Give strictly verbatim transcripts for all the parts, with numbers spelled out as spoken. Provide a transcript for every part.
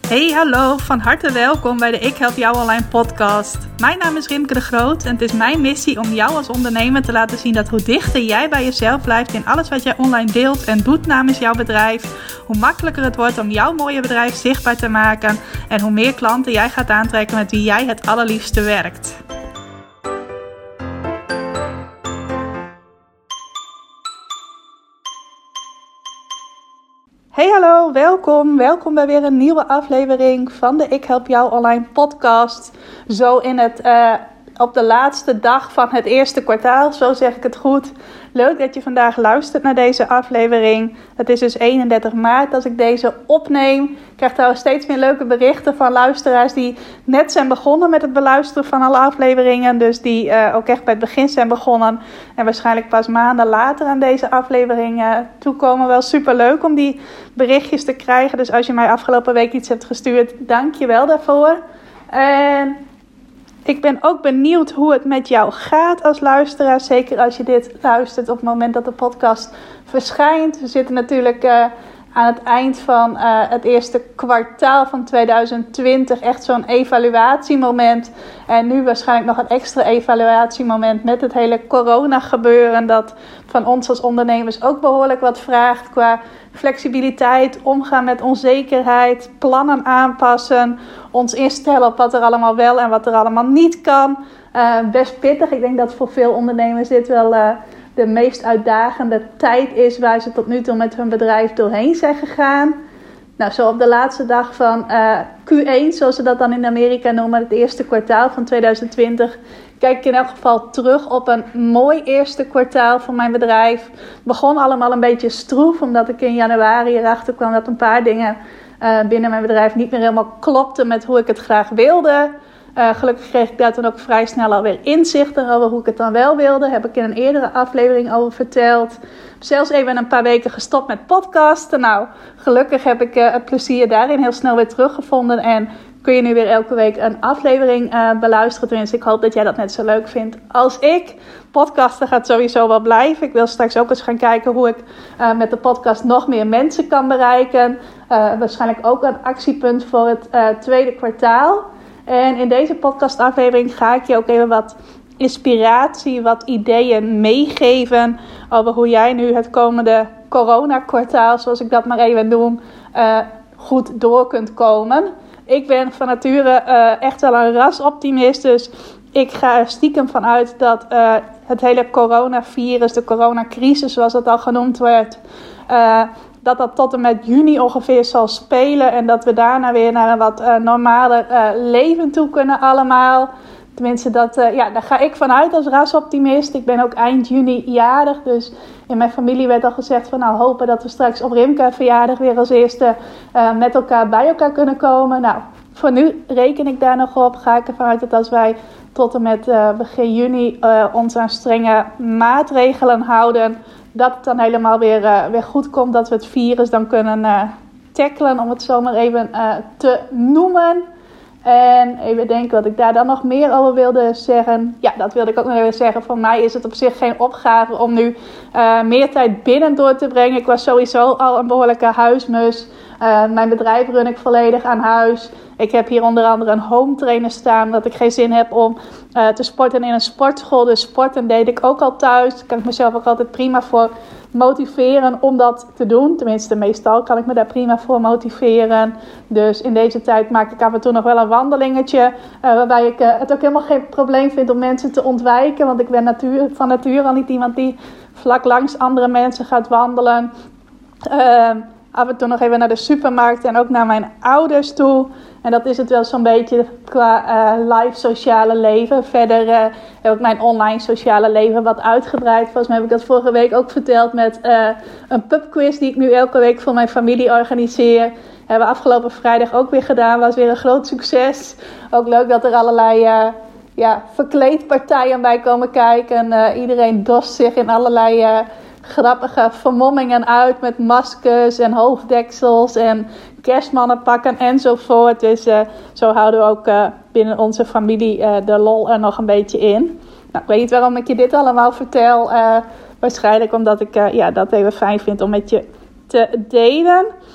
Hey, hallo, van harte welkom bij de Ik Help Jou Online podcast. Mijn naam is Rimke de Groot en het is mijn missie om jou als ondernemer te laten zien dat hoe dichter jij bij jezelf blijft in alles wat jij online deelt en doet namens jouw bedrijf, hoe makkelijker het wordt om jouw mooie bedrijf zichtbaar te maken en hoe meer klanten jij gaat aantrekken met wie jij het allerliefste werkt. Hey hallo, welkom. Welkom bij weer een nieuwe aflevering van de Ik Help Jou Online podcast. Zo in het, uh, op de laatste dag van het eerste kwartaal, zo zeg ik het goed. Leuk dat je vandaag luistert naar deze aflevering. Het is dus eenendertig maart als ik deze opneem. Ik krijg trouwens steeds meer leuke berichten van luisteraars die net zijn begonnen met het beluisteren van alle afleveringen. Dus die uh, ook echt bij het begin zijn begonnen. En waarschijnlijk pas maanden later aan deze afleveringen toekomen. Wel super leuk om die berichtjes te krijgen. Dus als je mij afgelopen week iets hebt gestuurd, dank je wel daarvoor. En ik ben ook benieuwd hoe het met jou gaat als luisteraar. Zeker als je dit luistert op het moment dat de podcast verschijnt. We zitten natuurlijk uh, aan het eind van uh, het eerste kwartaal van tweeduizend twintig. Echt zo'n evaluatiemoment. En nu waarschijnlijk nog een extra evaluatiemoment met het hele corona gebeuren. Dat van ons als ondernemers ook behoorlijk wat vraagt qua flexibiliteit, omgaan met onzekerheid, plannen aanpassen, ons instellen op wat er allemaal wel en wat er allemaal niet kan. Uh, best pittig. Ik denk dat voor veel ondernemers dit wel uh, de meest uitdagende tijd is waar ze tot nu toe met hun bedrijf doorheen zijn gegaan. Nou, zo op de laatste dag van uh, Q één, zoals ze dat dan in Amerika noemen, het eerste kwartaal van tweeduizend twintig, kijk ik in elk geval terug op een mooi eerste kwartaal van mijn bedrijf. Het begon allemaal een beetje stroef, omdat ik in januari erachter kwam dat een paar dingen uh, binnen mijn bedrijf niet meer helemaal klopten met hoe ik het graag wilde. Uh, gelukkig kreeg ik daar toen ook vrij snel alweer inzichten over hoe ik het dan wel wilde. Heb ik in een eerdere aflevering over verteld. Zelfs even een paar weken gestopt met podcasten. Nou, gelukkig heb ik uh, het plezier daarin heel snel weer teruggevonden. En kun je nu weer elke week een aflevering uh, beluisteren. Tenminste, ik hoop dat jij dat net zo leuk vindt als ik. Podcasten gaat sowieso wel blijven. Ik wil straks ook eens gaan kijken hoe ik uh, met de podcast nog meer mensen kan bereiken. Uh, waarschijnlijk ook een actiepunt voor het uh, tweede kwartaal. En in deze podcastaflevering ga ik je ook even wat inspiratie, wat ideeën meegeven over hoe jij nu het komende coronakwartaal, zoals ik dat maar even noem, uh, goed door kunt komen. Ik ben van nature uh, echt wel een rasoptimist, dus ik ga er stiekem van uit dat uh, het hele coronavirus, de coronacrisis zoals het al genoemd werd, uh, dat dat tot en met juni ongeveer zal spelen. En dat we daarna weer naar een wat uh, normaler uh, leven toe kunnen allemaal. Tenminste, dat, uh, ja, daar ga ik vanuit als rasoptimist. Ik ben ook eind juni jarig. Dus in mijn familie werd al gezegd van nou hopen dat we straks op Rimke verjaardag weer als eerste uh, met elkaar bij elkaar kunnen komen. Nou, voor nu reken ik daar nog op. Ga ik ervan uit dat als wij tot en met uh, begin juni uh, ons aan strenge maatregelen houden, dat het dan helemaal weer, uh, weer goed komt. Dat we het virus dan kunnen uh, tackelen, om het zo maar even uh, te noemen. En even denken wat ik daar dan nog meer over wilde zeggen. Ja, dat wilde ik ook nog even zeggen. Voor mij is het op zich geen opgave om nu uh, meer tijd binnen door te brengen. Ik was sowieso al een behoorlijke huismus. Uh, mijn bedrijf run ik volledig aan huis. Ik heb hier onder andere een home trainer staan, dat ik geen zin heb om uh, te sporten in een sportschool. Dus sporten deed ik ook al thuis. Daar kan ik mezelf ook altijd prima voor motiveren om dat te doen. Tenminste, meestal kan ik me daar prima voor motiveren. Dus in deze tijd maak ik af en toe nog wel een wandelingetje. Uh, waarbij ik uh, het ook helemaal geen probleem vind om mensen te ontwijken. Want ik ben natuur, van nature al niet iemand die vlak langs andere mensen gaat wandelen. Uh, af en toe nog even naar de supermarkt en ook naar mijn ouders toe. En dat is het wel zo'n beetje qua uh, live sociale leven. Verder uh, heb ik mijn online sociale leven wat uitgebreid. Volgens mij heb ik dat vorige week ook verteld met uh, een pubquiz die ik nu elke week voor mijn familie organiseer. Hebben we afgelopen vrijdag ook weer gedaan. Was weer een groot succes. Ook leuk dat er allerlei uh, ja, verkleedpartijen bij komen kijken. Uh, iedereen dost zich in allerlei Uh, grappige vermommingen uit met maskers en hoofddeksels en kerstmannenpakken enzovoort. Dus uh, zo houden we ook uh, binnen onze familie uh, de lol er nog een beetje in. Nou, ik weet niet waarom ik je dit allemaal vertel. Uh, waarschijnlijk omdat ik uh, ja, dat even fijn vind om met je te delen.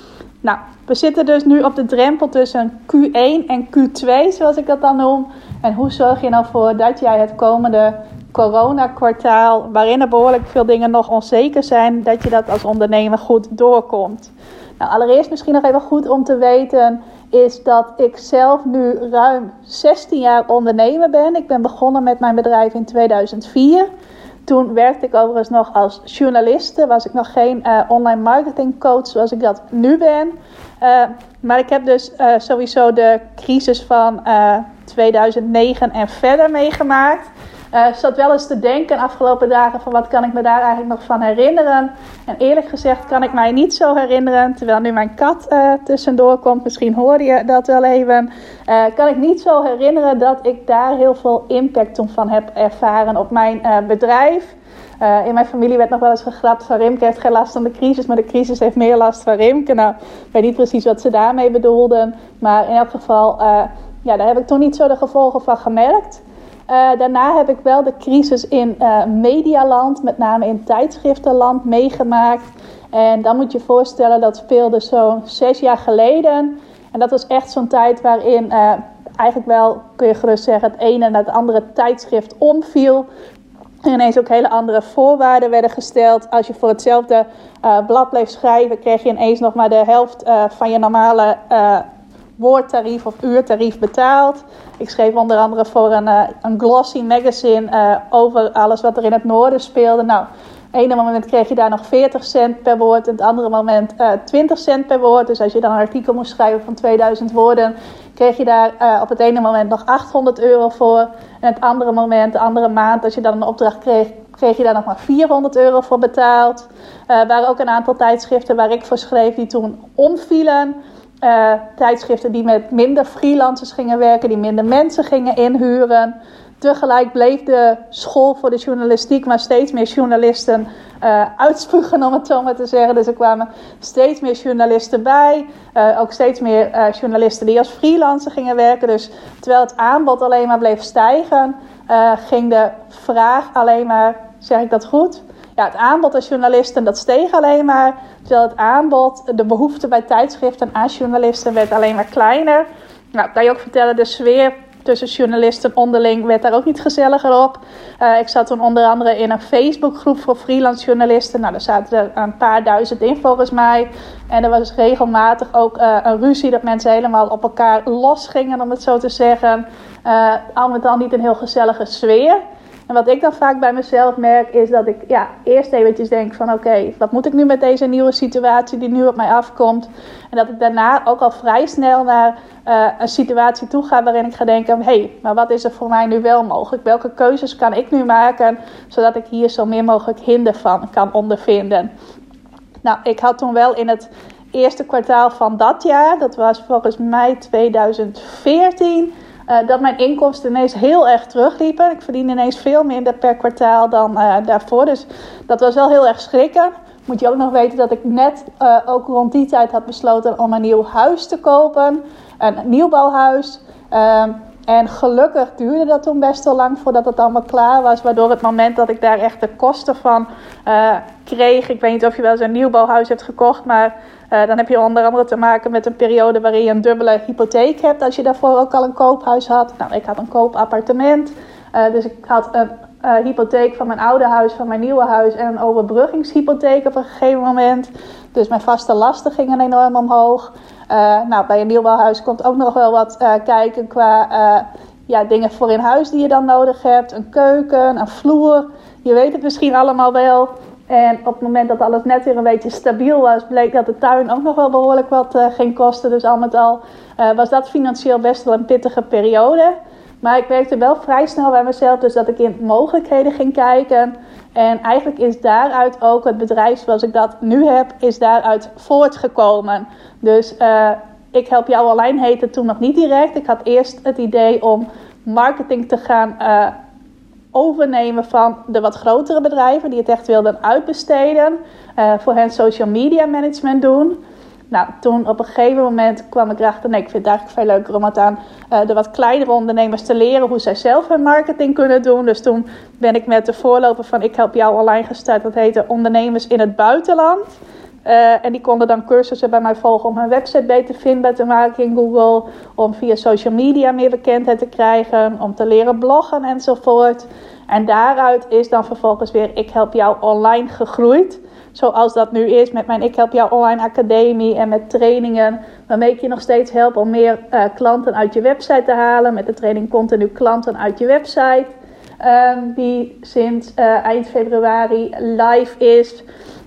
Nou, we zitten dus nu op de drempel tussen Q één en Q twee, zoals ik dat dan noem. En hoe zorg je nou voor dat jij het komende coronakwartaal, waarin er behoorlijk veel dingen nog onzeker zijn, dat je dat als ondernemer goed doorkomt. Nou, allereerst misschien nog even goed om te weten, is dat ik zelf nu ruim zestien jaar ondernemer ben. Ik ben begonnen met mijn bedrijf in tweeduizend vier. Toen werkte ik overigens nog als journaliste. Was ik nog geen uh, online marketing coach zoals ik dat nu ben. Uh, maar ik heb dus uh, sowieso de crisis van uh, tweeduizend negen en verder meegemaakt. Ik uh, zat wel eens te denken de afgelopen dagen van wat kan ik me daar eigenlijk nog van herinneren. En eerlijk gezegd kan ik mij niet zo herinneren, terwijl nu mijn kat uh, tussendoor komt. Misschien hoorde je dat wel even. Uh, kan ik niet zo herinneren dat ik daar heel veel impact toen van heb ervaren op mijn uh, bedrijf. Uh, in mijn familie werd nog wel eens gegrapt van Rimke heeft geen last van de crisis, maar de crisis heeft meer last van Rimke. Nou, ik weet niet precies wat ze daarmee bedoelden. Maar in elk geval, uh, ja, daar heb ik toen niet zo de gevolgen van gemerkt. Uh, daarna heb ik wel de crisis in uh, medialand, met name in tijdschriftenland, meegemaakt. En dan moet je je voorstellen, dat speelde zo'n zes jaar geleden. En dat was echt zo'n tijd waarin uh, eigenlijk wel, kun je gerust zeggen, het ene naar het andere tijdschrift omviel. En ineens ook hele andere voorwaarden werden gesteld. Als je voor hetzelfde uh, blad bleef schrijven, kreeg je ineens nog maar de helft uh, van je normale uh, woordtarief of uurtarief betaald. Ik schreef onder andere voor een, uh, een glossy magazine uh, over alles wat er in het noorden speelde. Nou, op het ene moment kreeg je daar nog veertig cent per woord. En het andere moment uh, twintig cent per woord. Dus als je dan een artikel moest schrijven van tweeduizend woorden, kreeg je daar uh, op het ene moment nog achthonderd euro voor. En het andere moment, de andere maand, als je dan een opdracht kreeg, kreeg je daar nog maar vierhonderd euro voor betaald. Uh, er waren ook een aantal tijdschriften waar ik voor schreef die toen omvielen. Uh, tijdschriften die met minder freelancers gingen werken, die minder mensen gingen inhuren. Tegelijk bleef de school voor de journalistiek maar steeds meer journalisten uh, uitspugen, om het zo maar te zeggen. Dus er kwamen steeds meer journalisten bij. Uh, ook steeds meer uh, journalisten die als freelancer gingen werken. Dus terwijl het aanbod alleen maar bleef stijgen, uh, ging de vraag alleen maar, zeg ik dat goed? Ja, het aanbod als journalisten, dat steeg alleen maar. Terwijl het aanbod, de behoefte bij tijdschriften aan journalisten werd alleen maar kleiner. Nou, kan je ook vertellen, de sfeer tussen journalisten onderling werd daar ook niet gezelliger op. Uh, ik zat toen onder andere in een Facebookgroep voor freelance journalisten. Nou, daar zaten er een paar duizend in volgens mij. En er was regelmatig ook uh, een ruzie dat mensen helemaal op elkaar losgingen, om het zo te zeggen. Uh, al met al niet een heel gezellige sfeer. En wat ik dan vaak bij mezelf merk is dat ik ja, eerst eventjes denk van oké, okay, wat moet ik nu met deze nieuwe situatie die nu op mij afkomt? En dat ik daarna ook al vrij snel naar uh, een situatie toe ga waarin ik ga denken, hé, hey, maar wat is er voor mij nu wel mogelijk? Welke keuzes kan ik nu maken, zodat ik hier zo min mogelijk hinder van kan ondervinden? Nou, ik had toen wel in het eerste kwartaal van dat jaar, dat was volgens mij tweeduizend veertien... Uh, dat mijn inkomsten ineens heel erg terugliepen. Ik verdiende ineens veel minder per kwartaal dan uh, daarvoor. Dus dat was wel heel erg schrikken. Moet je ook nog weten dat ik net uh, ook rond die tijd had besloten om een nieuw huis te kopen. Een nieuwbouwhuis. Uh, en gelukkig duurde dat toen best wel lang voordat het allemaal klaar was. Waardoor het moment dat ik daar echt de kosten van uh, kreeg. Ik weet niet of je wel eens een nieuwbouwhuis hebt gekocht, maar Uh, dan heb je onder andere te maken met een periode waarin je een dubbele hypotheek hebt. Als je daarvoor ook al een koophuis had. Nou, ik had een koopappartement. Uh, dus ik had een uh, hypotheek van mijn oude huis, van mijn nieuwe huis. En een overbruggingshypotheek op een gegeven moment. Dus mijn vaste lasten gingen enorm omhoog. Uh, nou, bij een nieuwbouwhuis komt ook nog wel wat uh, kijken qua uh, ja, dingen voor in huis die je dan nodig hebt. Een keuken, een vloer. Je weet het misschien allemaal wel. En op het moment dat alles net weer een beetje stabiel was, bleek dat de tuin ook nog wel behoorlijk wat uh, ging kosten. Dus al met al uh, was dat financieel best wel een pittige periode. Maar ik werkte wel vrij snel bij mezelf, dus dat ik in mogelijkheden ging kijken. En eigenlijk is daaruit ook het bedrijf zoals ik dat nu heb, is daaruit voortgekomen. Dus uh, ik help jou online heette toen nog niet direct. Ik had eerst het idee om marketing te gaan uh, overnemen van de wat grotere bedrijven die het echt wilden uitbesteden. Uh, voor hen social media management doen. Nou, toen op een gegeven moment kwam ik erachter, nee, ik vind het eigenlijk veel leuker om het aan uh, de wat kleinere ondernemers te leren hoe zij zelf hun marketing kunnen doen. Dus toen ben ik met de voorloper van Ik Help Jou Online gestart. Dat heette Ondernemers in het Buitenland. Uh, en die konden dan cursussen bij mij volgen om hun website beter vindbaar te maken in Google. Om via social media meer bekendheid te krijgen. Om te leren bloggen enzovoort. En daaruit is dan vervolgens weer Ik Help Jou Online gegroeid. Zoals dat nu is met mijn Ik Help Jou Online Academie en met trainingen. Waarmee ik je nog steeds help om meer uh, klanten uit je website te halen. Met de training Continu Klanten uit je website. Um, die sinds uh, eind februari live is.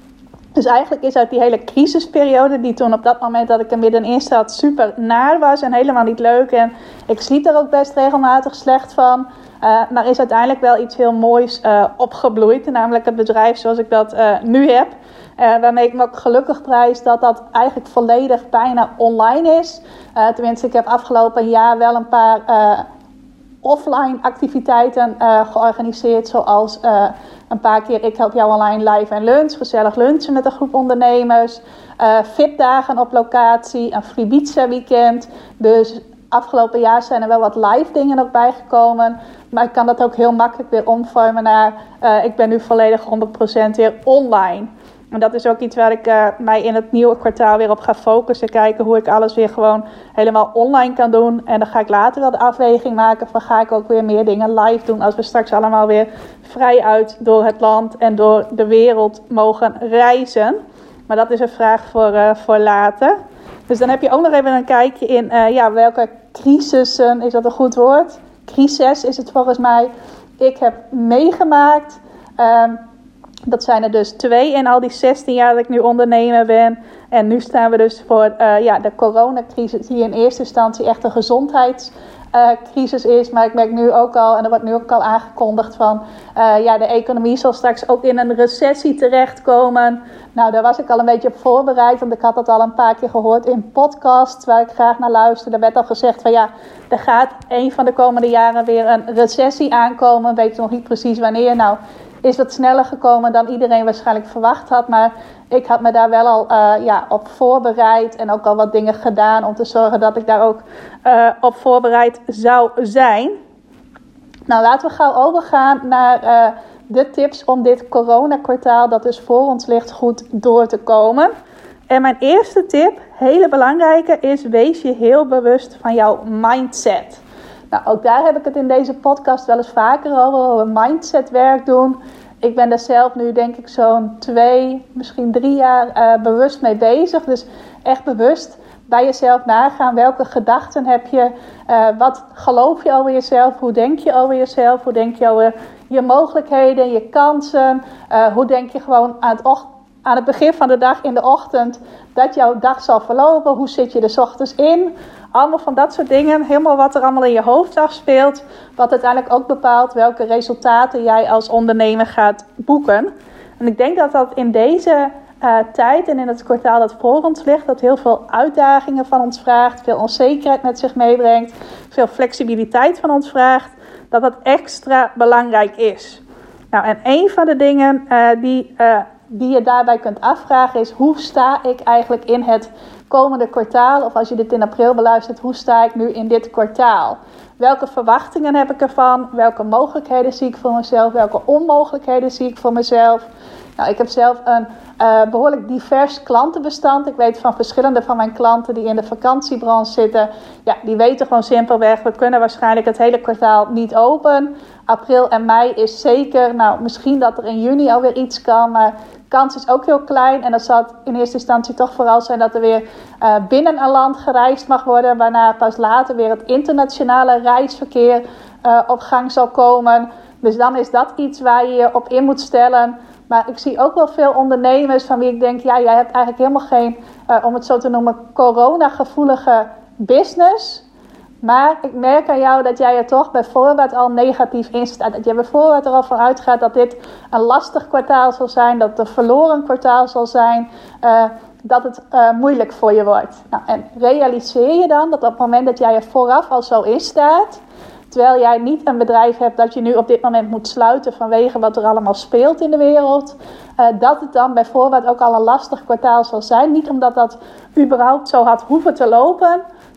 Dus eigenlijk is uit die hele crisisperiode, die toen op dat moment dat ik er middenin zat super naar was en helemaal niet leuk. En ik sliep er ook best regelmatig slecht van. Uh, maar is uiteindelijk wel iets heel moois uh, opgebloeid. Namelijk het bedrijf zoals ik dat uh, nu heb. Uh, waarmee ik me ook gelukkig prijs dat dat eigenlijk volledig bijna online is. Uh, tenminste, ik heb afgelopen jaar wel een paar uh, offline activiteiten uh, georganiseerd. Zoals uh, een paar keer Ik Help Jou Online live en lunch. Gezellig lunchen met een groep ondernemers. Uh, fitdagen op locatie. Een Free Pizza weekend. Dus afgelopen jaar zijn er wel wat live dingen ook bijgekomen. Maar ik kan dat ook heel makkelijk weer omvormen naar Uh, ik ben nu volledig honderd procent weer online. En dat is ook iets waar ik uh, mij in het nieuwe kwartaal weer op ga focussen. Kijken hoe ik alles weer gewoon helemaal online kan doen. En dan ga ik later wel de afweging maken van ga ik ook weer meer dingen live doen. Als we straks allemaal weer vrij uit door het land en door de wereld mogen reizen. Maar dat is een vraag voor, uh, voor later. Dus dan heb je ook nog even een kijkje in uh, ja, welke crisissen, is dat een goed woord? Crisis is het volgens mij. Ik heb meegemaakt. Um, Dat zijn er dus twee in al die zestien jaar dat ik nu ondernemer ben. En nu staan we dus voor uh, ja, de coronacrisis, die in eerste instantie echt een gezondheidscrisis uh, is. Maar ik merk nu ook al, en er wordt nu ook al aangekondigd van Uh, ja, de economie zal straks ook in een recessie terechtkomen. Nou, daar was ik al een beetje op voorbereid, want ik had dat al een paar keer gehoord in podcasts waar ik graag naar luisterde. Er werd al gezegd van ja, er gaat een van de komende jaren weer een recessie aankomen. Weet nog niet precies wanneer. Nou, is wat sneller gekomen dan iedereen waarschijnlijk verwacht had. Maar ik had me daar wel al uh, ja, op voorbereid en ook al wat dingen gedaan om te zorgen dat ik daar ook uh, op voorbereid zou zijn. Nou, laten we gauw overgaan naar uh, de tips om dit coronakwartaal dat dus voor ons ligt goed door te komen. En mijn eerste tip, hele belangrijke, is wees je heel bewust van jouw mindset. Nou, ook daar heb ik het in deze podcast wel eens vaker over, over mindsetwerk doen. Ik ben daar zelf nu denk ik zo'n twee, misschien drie jaar uh, bewust mee bezig. Dus echt bewust bij jezelf nagaan. Welke gedachten heb je? Uh, wat geloof je over jezelf? Hoe denk je over jezelf? Hoe denk je over je mogelijkheden, je kansen? Uh, hoe denk je gewoon aan het, och- aan het begin van de dag in de ochtend dat jouw dag zal verlopen? Hoe zit je er 's ochtends in? Allemaal van dat soort dingen. Helemaal wat er allemaal in je hoofd afspeelt. Wat uiteindelijk ook bepaalt welke resultaten jij als ondernemer gaat boeken. En ik denk dat dat in deze uh, tijd en in het kwartaal dat voor ons ligt, dat heel veel uitdagingen van ons vraagt. Veel onzekerheid met zich meebrengt. Veel flexibiliteit van ons vraagt. Dat dat extra belangrijk is. Nou, en een van de dingen uh, die, uh, die je daarbij kunt afvragen is: hoe sta ik eigenlijk in het komende kwartaal? Of als je dit in april beluistert, hoe sta ik nu in dit kwartaal? Welke verwachtingen heb ik ervan? Welke mogelijkheden zie ik voor mezelf? Welke onmogelijkheden zie ik voor mezelf? Nou, ik heb zelf een uh, behoorlijk divers klantenbestand. Ik weet van verschillende van mijn klanten die in de vakantiebranche zitten. Ja, die weten gewoon simpelweg, we kunnen waarschijnlijk het hele kwartaal niet open. April en mei is zeker, nou misschien dat er in juni alweer iets kan, maar de kans is ook heel klein. En dan zal het in eerste instantie toch vooral zijn dat er weer uh, binnen een land gereisd mag worden. Waarna pas later weer het internationale reisverkeer uh, op gang zal komen. Dus dan is dat iets waar je je op in moet stellen. Maar ik zie ook wel veel ondernemers van wie ik denk, ja, jij hebt eigenlijk helemaal geen, uh, om het zo te noemen, corona-gevoelige business. Maar ik merk aan jou dat jij er toch bij voorbaat al negatief in staat. Dat je bij voorbaat er al van uitgaat dat dit een lastig kwartaal zal zijn. Dat het een verloren kwartaal zal zijn. Uh, dat het uh, moeilijk voor je wordt. Nou, en realiseer je dan dat op het moment dat jij er vooraf al zo in staat, terwijl jij niet een bedrijf hebt dat je nu op dit moment moet sluiten vanwege wat er allemaal speelt in de wereld, Uh, dat het dan bij voorbaat ook al een lastig kwartaal zal zijn. Niet omdat dat überhaupt zo had hoeven te lopen,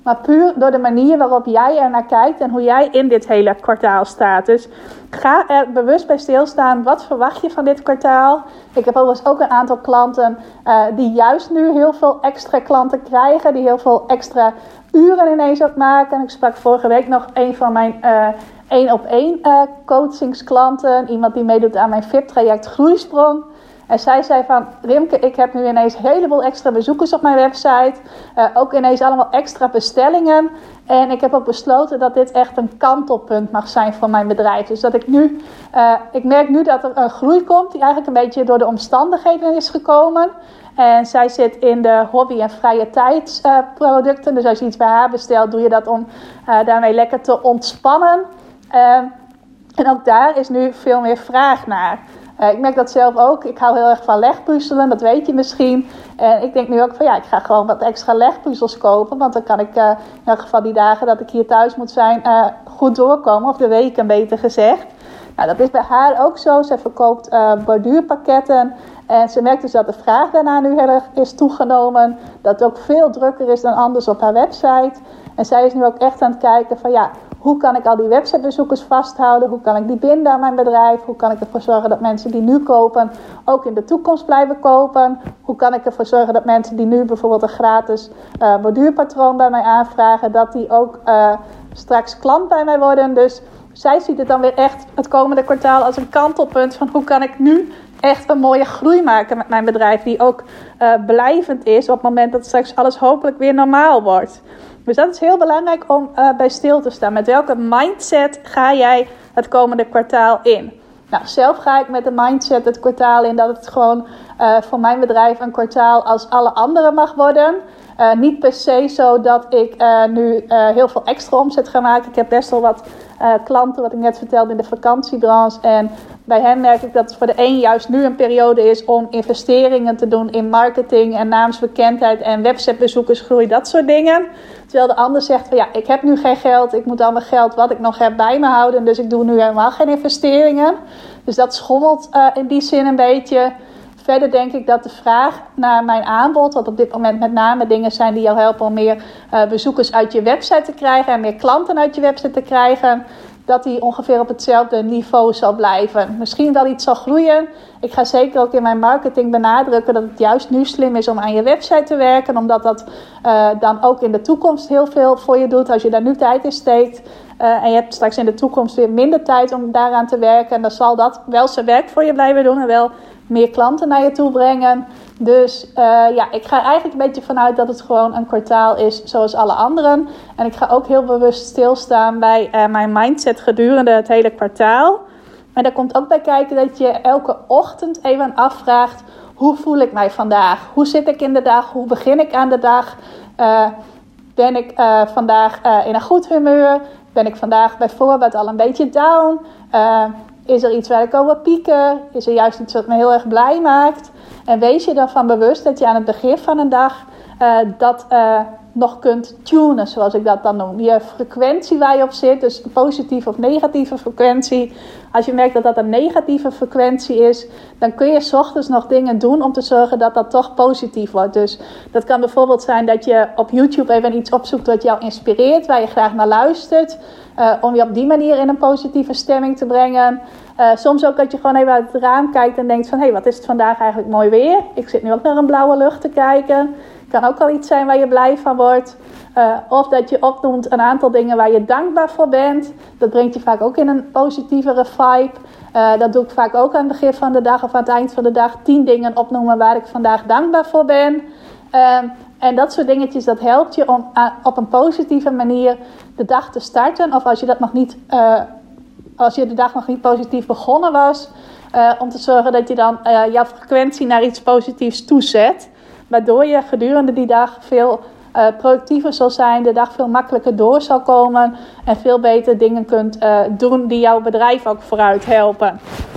maar puur door de manier waarop jij er naar kijkt en hoe jij in dit hele kwartaal staat. Dus ga er bewust bij stilstaan. Wat verwacht je van dit kwartaal? Ik heb overigens ook een aantal klanten uh, die juist nu heel veel extra klanten krijgen, die heel veel extra uren ineens ook maken. En ik sprak vorige week nog een van mijn uh, één op één uh, coachingsklanten, iemand die meedoet aan mijn V I P-traject Groeisprong. En zij zei van, Rimke, ik heb nu ineens een heleboel extra bezoekers op mijn website. Uh, ook ineens allemaal extra bestellingen. En ik heb ook besloten dat dit echt een kantelpunt mag zijn voor mijn bedrijf. Dus dat ik nu, uh, ik merk nu dat er een groei komt die eigenlijk een beetje door de omstandigheden is gekomen. En zij zit in de hobby- en vrije tijdsproducten. Uh, dus als je iets bij haar bestelt, doe je dat om uh, daarmee lekker te ontspannen. Uh, en ook daar is nu veel meer vraag naar. Uh, ik merk dat zelf ook. Ik hou heel erg van legpuzzelen, dat weet je misschien. En ik denk nu ook van ja, ik ga gewoon wat extra legpuzzels kopen. Want dan kan ik uh, in elk geval die dagen dat ik hier thuis moet zijn uh, goed doorkomen. Of de weken beter gezegd. Nou, dat is bij haar ook zo. Ze verkoopt uh, borduurpakketten. En ze merkt dus dat de vraag daarna nu heel erg is toegenomen. Dat het ook veel drukker is dan anders op haar website. En zij is nu ook echt aan het kijken van ja, hoe kan ik al die websitebezoekers vasthouden? Hoe kan ik die binden aan mijn bedrijf? Hoe kan ik ervoor zorgen dat mensen die nu kopen ook in de toekomst blijven kopen? Hoe kan ik ervoor zorgen dat mensen die nu bijvoorbeeld een gratis uh, borduurpatroon bij mij aanvragen, dat die ook uh, straks klant bij mij worden? Dus zij ziet het dan weer echt het komende kwartaal als een kantelpunt van hoe kan ik nu echt een mooie groei maken met mijn bedrijf die ook uh, blijvend is op het moment dat straks alles hopelijk weer normaal wordt. Dus dat is heel belangrijk om uh, bij stil te staan. Met welke mindset ga jij het komende kwartaal in? Nou, zelf ga ik met de mindset het kwartaal in dat het gewoon uh, voor mijn bedrijf een kwartaal als alle andere mag worden. Uh, niet per se zo dat ik uh, nu uh, heel veel extra omzet ga maken. Ik heb best wel wat uh, klanten, wat ik net vertelde, in de vakantiebranche. En bij hen merk ik dat het voor de een juist nu een periode is om investeringen te doen in marketing en naamsbekendheid en websitebezoekersgroei, dat soort dingen. Terwijl de ander zegt van ja, ik heb nu geen geld, ik moet al mijn geld wat ik nog heb bij me houden. Dus ik doe nu helemaal geen investeringen. Dus dat schommelt uh, in die zin een beetje. Verder denk ik dat de vraag naar mijn aanbod, wat op dit moment met name dingen zijn die jou helpen om meer uh, bezoekers uit je website te krijgen en meer klanten uit je website te krijgen, dat die ongeveer op hetzelfde niveau zal blijven. Misschien wel iets zal groeien. Ik ga zeker ook in mijn marketing benadrukken dat het juist nu slim is om aan je website te werken, omdat dat uh, dan ook in de toekomst heel veel voor je doet als je daar nu tijd in steekt. Uh, en je hebt straks in de toekomst weer minder tijd om daaraan te werken. En dan zal dat wel zijn werk voor je blijven doen en wel meer klanten naar je toe brengen. Dus uh, ja, ik ga eigenlijk een beetje vanuit dat het gewoon een kwartaal is zoals alle anderen. En ik ga ook heel bewust stilstaan bij uh, mijn mindset gedurende het hele kwartaal. En daar komt ook bij kijken dat je elke ochtend even afvraagt: hoe voel ik mij vandaag? Hoe zit ik in de dag? Hoe begin ik aan de dag? Uh, ben ik uh, vandaag uh, in een goed humeur? Ben ik vandaag bijvoorbeeld al een beetje down? Uh, Is er iets waar ik over pieker? Is er juist iets wat me heel erg blij maakt? En wees je dan van bewust dat je aan het begin van een dag uh, dat uh, nog kunt tunen, zoals ik dat dan noem. Je frequentie waar je op zit, dus een positieve of negatieve frequentie. Als je merkt dat dat een negatieve frequentie is, dan kun je 's ochtends nog dingen doen om te zorgen dat dat toch positief wordt. Dus dat kan bijvoorbeeld zijn dat je op YouTube even iets opzoekt wat jou inspireert, waar je graag naar luistert. Uh, om je op die manier in een positieve stemming te brengen. Uh, soms ook dat je gewoon even uit het raam kijkt en denkt van hé, hey, wat is het vandaag eigenlijk mooi weer. Ik zit nu ook naar een blauwe lucht te kijken. Kan ook al iets zijn waar je blij van wordt. Uh, of dat je opnoemt een aantal dingen waar je dankbaar voor bent. Dat brengt je vaak ook in een positievere vibe. Uh, dat doe ik vaak ook aan het begin van de dag of aan het eind van de dag. tien dingen opnoemen waar ik vandaag dankbaar voor ben. Uh, en dat soort dingetjes, dat helpt je om uh, op een positieve manier de dag te starten. Of als je dat nog niet, uh, als je de dag nog niet positief begonnen was, uh, om te zorgen dat je dan uh, jouw frequentie naar iets positiefs toezet. Waardoor je gedurende die dag veel uh, productiever zal zijn, de dag veel makkelijker door zal komen en veel beter dingen kunt uh, doen die jouw bedrijf ook vooruit helpen.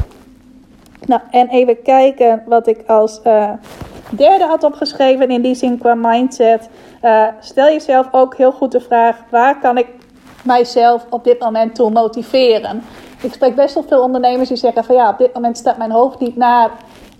Nou, en even kijken wat ik als uh, derde had opgeschreven in die zin qua mindset. Uh, stel jezelf ook heel goed de vraag: waar kan ik mijzelf op dit moment toe motiveren? Ik spreek best wel veel ondernemers die zeggen van ja, op dit moment staat mijn hoofd niet naar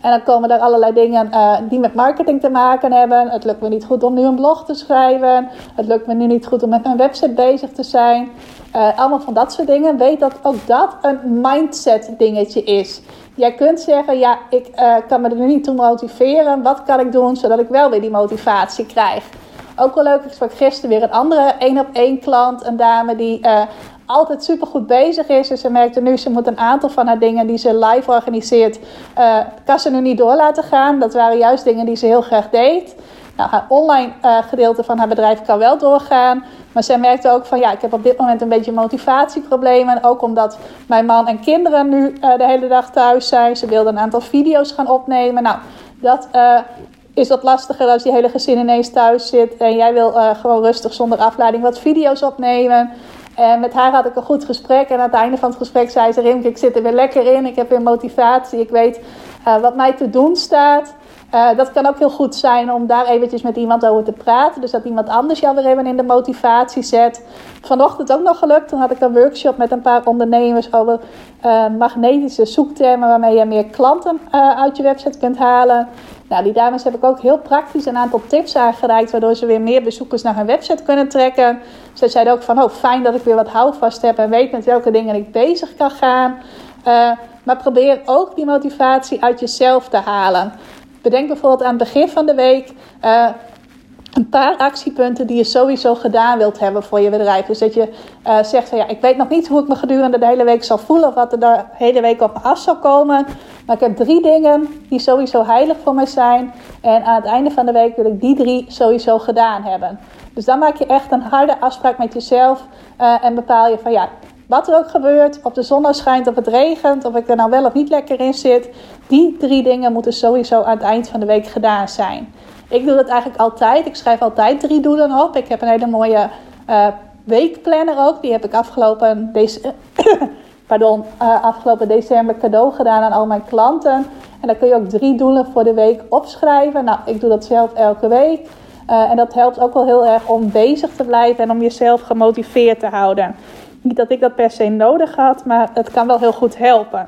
En dan komen er allerlei dingen uh, die met marketing te maken hebben. Het lukt me niet goed om nu een blog te schrijven. Het lukt me nu niet goed om met mijn website bezig te zijn. Uh, allemaal van dat soort dingen. Weet dat ook dat een mindset dingetje is. Jij kunt zeggen, ja, ik uh, kan me er nu niet toe motiveren. Wat kan ik doen zodat ik wel weer die motivatie krijg? Ook wel leuk, ik sprak gisteren weer een andere één op één klant. Een dame die uh, altijd supergoed bezig is. En ze merkte nu, ze moet een aantal van haar dingen die ze live organiseert, uh, kan ze nu niet door laten gaan. Dat waren juist dingen die ze heel graag deed. Nou, haar online uh, gedeelte van haar bedrijf kan wel doorgaan. Maar zij merkte ook van, ja, ik heb op dit moment een beetje motivatieproblemen. Ook omdat mijn man en kinderen nu uh, de hele dag thuis zijn. Ze wilde een aantal video's gaan opnemen. Nou, dat uh, is wat lastiger als die hele gezin ineens thuis zit. En jij wil uh, gewoon rustig zonder afleiding wat video's opnemen. En met haar had ik een goed gesprek. En aan het einde van het gesprek zei ze, Rimke, ik zit er weer lekker in. Ik heb weer motivatie. Ik weet uh, wat mij te doen staat. Uh, dat kan ook heel goed zijn om daar eventjes met iemand over te praten. Dus dat iemand anders jou weer even in de motivatie zet. Vanochtend ook nog gelukt. Toen had ik een workshop met een paar ondernemers over uh, magnetische zoektermen. Waarmee je meer klanten uh, uit je website kunt halen. Nou, die dames heb ik ook heel praktisch een aantal tips aangereikt. Waardoor ze weer meer bezoekers naar hun website kunnen trekken. Zij zeiden ook van, oh fijn dat ik weer wat houvast heb. En weet met welke dingen ik bezig kan gaan. Uh, maar probeer ook die motivatie uit jezelf te halen. Bedenk bijvoorbeeld aan het begin van de week uh, een paar actiepunten die je sowieso gedaan wilt hebben voor je bedrijf. Dus dat je uh, zegt van ja, ik weet nog niet hoe ik me gedurende de hele week zal voelen of wat er de hele week op me af zal komen. Maar ik heb drie dingen die sowieso heilig voor mij zijn. En aan het einde van de week wil ik die drie sowieso gedaan hebben. Dus dan maak je echt een harde afspraak met jezelf uh, en bepaal je van ja, wat er ook gebeurt, of de zon nou schijnt of het regent, of ik er nou wel of niet lekker in zit. Die drie dingen moeten sowieso aan het eind van de week gedaan zijn. Ik doe dat eigenlijk altijd. Ik schrijf altijd drie doelen op. Ik heb een hele mooie uh, weekplanner ook. Die heb ik afgelopen, dece- Pardon, uh, afgelopen december cadeau gedaan aan al mijn klanten. En dan kun je ook drie doelen voor de week opschrijven. Nou, ik doe dat zelf elke week. Uh, en dat helpt ook wel heel erg om bezig te blijven en om jezelf gemotiveerd te houden. Niet dat ik dat per se nodig had, maar het kan wel heel goed helpen.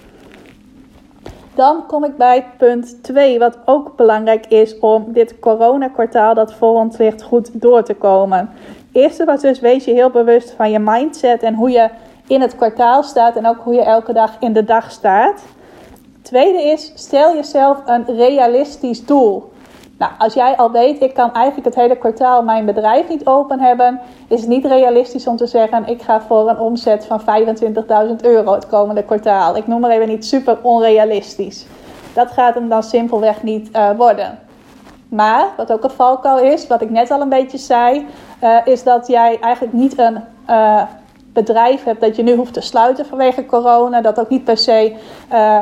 Dan kom ik bij punt twee, wat ook belangrijk is om dit coronakwartaal dat voor ons ligt goed door te komen. Eerste was dus, wees je heel bewust van je mindset en hoe je in het kwartaal staat en ook hoe je elke dag in de dag staat. Tweede is, stel jezelf een realistisch doel. Nou, als jij al weet, ik kan eigenlijk het hele kwartaal mijn bedrijf niet open hebben, is het niet realistisch om te zeggen, ik ga voor een omzet van vijfentwintigduizend euro het komende kwartaal. Ik noem maar even niet super onrealistisch. Dat gaat hem dan simpelweg niet uh, worden. Maar, wat ook een valkuil is, wat ik net al een beetje zei, uh, is dat jij eigenlijk niet een uh, bedrijf hebt dat je nu hoeft te sluiten vanwege corona. Dat ook niet per se uh,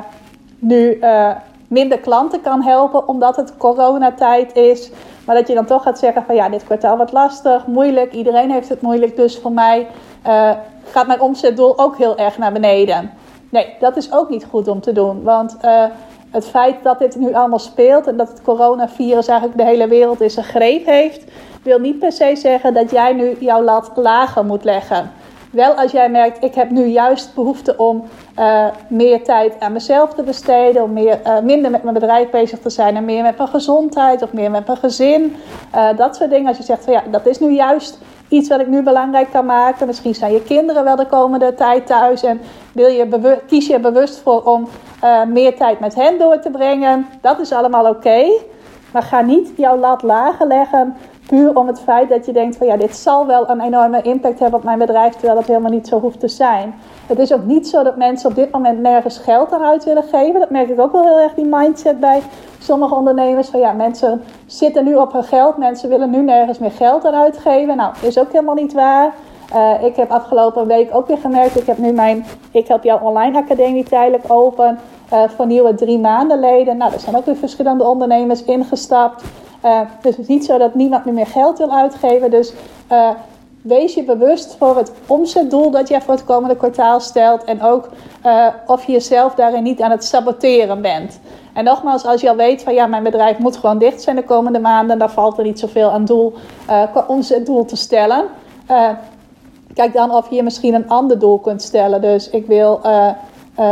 nu uh, minder klanten kan helpen omdat het coronatijd is. Maar dat je dan toch gaat zeggen van ja, dit kwartaal wordt lastig, moeilijk. Iedereen heeft het moeilijk, dus voor mij uh, gaat mijn omzetdoel ook heel erg naar beneden. Nee, dat is ook niet goed om te doen. Want uh, het feit dat dit nu allemaal speelt en dat het coronavirus eigenlijk de hele wereld in zijn greep heeft, wil niet per se zeggen dat jij nu jouw lat lager moet leggen. Wel als jij merkt, ik heb nu juist behoefte om uh, meer tijd aan mezelf te besteden. Om meer, uh, minder met mijn bedrijf bezig te zijn en meer met mijn gezondheid of meer met mijn gezin. Uh, dat soort dingen. Als je zegt van ja, dat is nu juist iets wat ik nu belangrijk kan maken. Misschien zijn je kinderen wel de komende tijd thuis. En wil je bewu- kies je er bewust voor om uh, meer tijd met hen door te brengen. Dat is allemaal oké. Okay. Maar ga niet jouw lat lager leggen. Puur om het feit dat je denkt van ja, dit zal wel een enorme impact hebben op mijn bedrijf, terwijl dat helemaal niet zo hoeft te zijn. Het is ook niet zo dat mensen op dit moment nergens geld aan uit willen geven. Dat merk ik ook wel heel erg, die mindset bij sommige ondernemers. Van ja, mensen zitten nu op hun geld, mensen willen nu nergens meer geld aan uitgeven. Nou, dat is ook helemaal niet waar. Uh, ik heb afgelopen week ook weer gemerkt, ik heb nu mijn Ik Help Jou Online Academie tijdelijk open. Uh, voor nieuwe drie maanden leden. Nou, er zijn ook weer verschillende ondernemers ingestapt. Uh, dus het is niet zo dat niemand nu meer geld wil uitgeven. Dus uh, wees je bewust voor het omzetdoel dat jij voor het komende kwartaal stelt. En ook uh, of je jezelf daarin niet aan het saboteren bent. En nogmaals, als je al weet van ja, mijn bedrijf moet gewoon dicht zijn de komende maanden. Dan valt er niet zoveel aan doel uh, qua omzetdoel te stellen. Uh, kijk dan of je misschien een ander doel kunt stellen. Dus ik wil... Uh, Uh,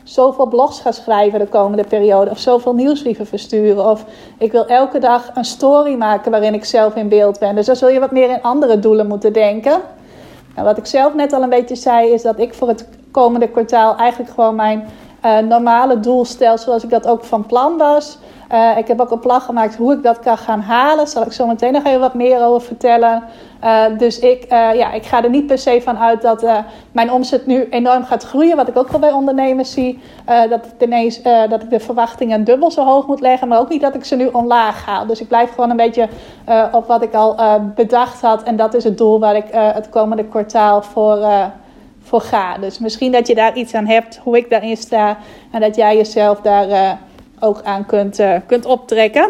zoveel blogs ga schrijven de komende periode. Of zoveel nieuwsbrieven versturen. Of ik wil elke dag een story maken waarin ik zelf in beeld ben. Dus dan zul je wat meer in andere doelen moeten denken. En wat ik zelf net al een beetje zei, is dat ik voor het komende kwartaal eigenlijk gewoon mijn uh, normale doel stel, zoals ik dat ook van plan was. Uh, ik heb ook een plan gemaakt hoe ik dat kan gaan halen. Daar zal ik zo meteen nog even wat meer over vertellen. Uh, dus ik, uh, ja, ik ga er niet per se van uit dat uh, mijn omzet nu enorm gaat groeien. Wat ik ook wel bij ondernemers zie. Uh, dat, ik ineens, uh, dat ik de verwachtingen dubbel zo hoog moet leggen. Maar ook niet dat ik ze nu omlaag haal. Dus ik blijf gewoon een beetje uh, op wat ik al uh, bedacht had. En dat is het doel waar ik uh, het komende kwartaal voor... Uh, voor ga. Dus misschien dat je daar iets aan hebt, hoe ik daarin sta. En dat jij jezelf daar uh, ook aan kunt, uh, kunt optrekken.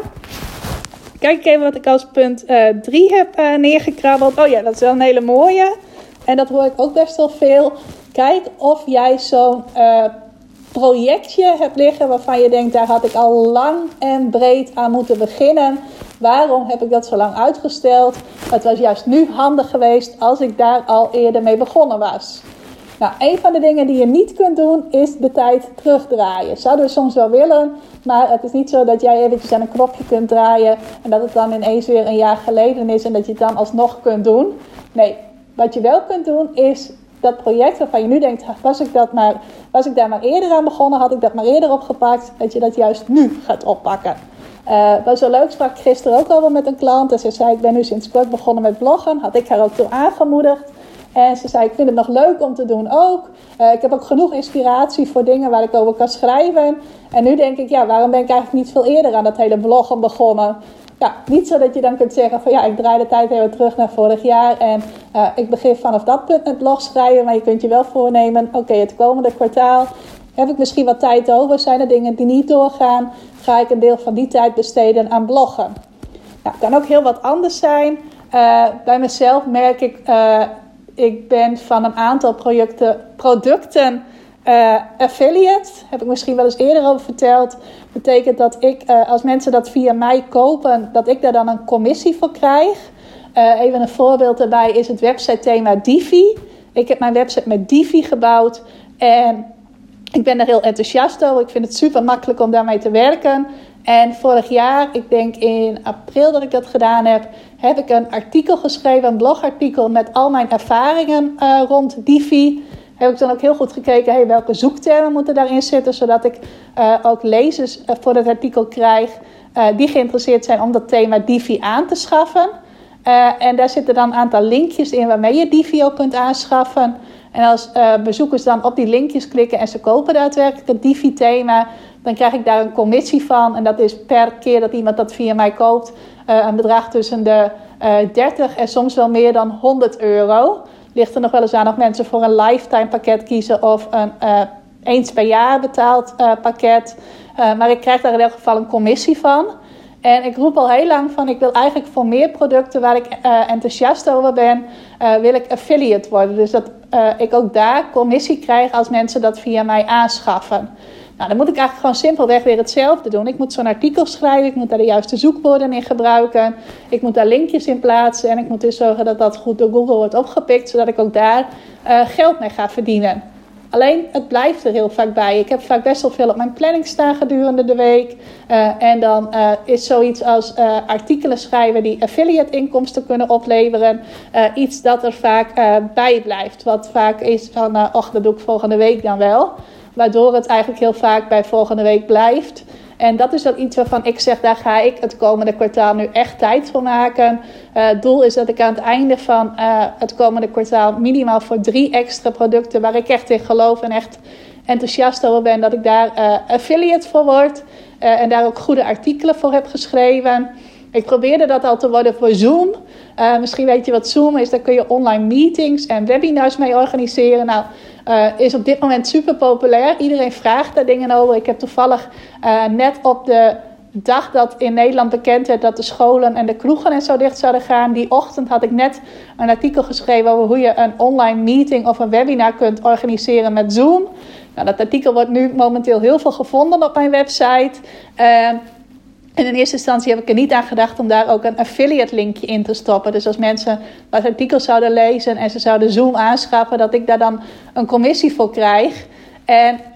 Kijk even wat ik als punt drie uh, heb uh, neergekrabbeld. Oh ja, dat is wel een hele mooie. En dat hoor ik ook best wel veel. Kijk of jij zo'n uh, projectje hebt liggen waarvan je denkt, daar had ik al lang en breed aan moeten beginnen. Waarom heb ik dat zo lang uitgesteld? Het was juist nu handig geweest als ik daar al eerder mee begonnen was. Nou, een van de dingen die je niet kunt doen, is de tijd terugdraaien. Zouden we soms wel willen, maar het is niet zo dat jij eventjes aan een knopje kunt draaien en dat het dan ineens weer een jaar geleden is en dat je het dan alsnog kunt doen. Nee, wat je wel kunt doen is dat project waarvan je nu denkt, was ik, dat maar, was ik daar maar eerder aan begonnen, had ik dat maar eerder opgepakt, dat je dat juist nu gaat oppakken. Uh, was zo leuk, sprak ik gisteren ook al wel met een klant en ze zei, ik ben nu sinds kort begonnen met bloggen, had ik haar ook toe aangemoedigd. En ze zei, ik vind het nog leuk om te doen ook. Uh, ik heb ook genoeg inspiratie voor dingen waar ik over kan schrijven. En nu denk ik, ja, waarom ben ik eigenlijk niet veel eerder aan dat hele bloggen begonnen? Ja, niet zo dat je dan kunt zeggen van ja, ik draai de tijd even terug naar vorig jaar. En uh, ik begin vanaf dat punt met blog schrijven. Maar je kunt je wel voornemen, oké, okay, het komende kwartaal heb ik misschien wat tijd over. Zijn er dingen die niet doorgaan? Ga ik een deel van die tijd besteden aan bloggen? Nou, het kan ook heel wat anders zijn. Uh, bij mezelf merk ik... Uh, Ik ben van een aantal projecten, producten uh, affiliate. Heb ik misschien wel eens eerder over verteld. Betekent dat ik, uh, als mensen dat via mij kopen, dat ik daar dan een commissie voor krijg. Uh, even een voorbeeld daarbij is het website thema Divi. Ik heb mijn website met Divi gebouwd. En ik ben daar heel enthousiast over. Ik vind het super makkelijk om daarmee te werken. En vorig jaar, ik denk in april dat ik dat gedaan heb, heb ik een artikel geschreven, een blogartikel met al mijn ervaringen uh, rond Divi. Heb ik dan ook heel goed gekeken, hey, welke zoektermen moeten daarin zitten, zodat ik uh, ook lezers uh, voor dat artikel krijg uh, die geïnteresseerd zijn om dat thema Divi aan te schaffen. Uh, en daar zitten dan een aantal linkjes in waarmee je Divi ook kunt aanschaffen. En als uh, bezoekers dan op die linkjes klikken en ze kopen daadwerkelijk het Divi-thema, dan krijg ik daar een commissie van. En dat is per keer dat iemand dat via mij koopt uh, een bedrag tussen de uh, dertig en soms wel meer dan honderd euro. Ligt er nog wel eens aan of mensen voor een lifetime pakket kiezen of een uh, eens per jaar betaald uh, pakket. Uh, maar ik krijg daar in elk geval een commissie van. En ik roep al heel lang van, ik wil eigenlijk voor meer producten waar ik uh, enthousiast over ben, uh, wil ik affiliate worden. Dus dat uh, ik ook daar commissie krijg als mensen dat via mij aanschaffen. Nou, dan moet ik eigenlijk gewoon simpelweg weer hetzelfde doen. Ik moet zo'n artikel schrijven, ik moet daar de juiste zoekwoorden in gebruiken. Ik moet daar linkjes in plaatsen en ik moet dus zorgen dat dat goed door Google wordt opgepikt, zodat ik ook daar uh, geld mee ga verdienen. Alleen, het blijft er heel vaak bij. Ik heb vaak best wel veel op mijn planning staan gedurende de week. Uh, en dan uh, is zoiets als uh, artikelen schrijven die affiliate inkomsten kunnen opleveren. Uh, iets dat er vaak uh, bij blijft. Wat vaak is van, uh, och, dat doe ik volgende week dan wel. Waardoor het eigenlijk heel vaak bij volgende week blijft. En dat is dan iets waarvan ik zeg, daar ga ik het komende kwartaal nu echt tijd voor maken. Uh, het doel is dat ik aan het einde van uh, het komende kwartaal minimaal voor drie extra producten waar ik echt in geloof en echt enthousiast over ben, dat ik daar uh, affiliate voor word. Uh, en daar ook goede artikelen voor heb geschreven. Ik probeerde dat al te worden voor Zoom. Uh, misschien weet je wat Zoom is. Daar kun je online meetings en webinars mee organiseren. Nou, uh, is op dit moment super populair. Iedereen vraagt daar dingen over. Ik heb toevallig uh, net op de dag dat in Nederland bekend werd dat de scholen en de kroegen en zo dicht zouden gaan. Die ochtend had ik net een artikel geschreven over hoe je een online meeting of een webinar kunt organiseren met Zoom. Nou, dat artikel wordt nu momenteel heel veel gevonden op mijn website. Uh, En in eerste instantie heb ik er niet aan gedacht om daar ook een affiliate linkje in te stoppen. Dus als mensen dat artikel zouden lezen en ze zouden Zoom aanschaffen, dat ik daar dan een commissie voor krijg. En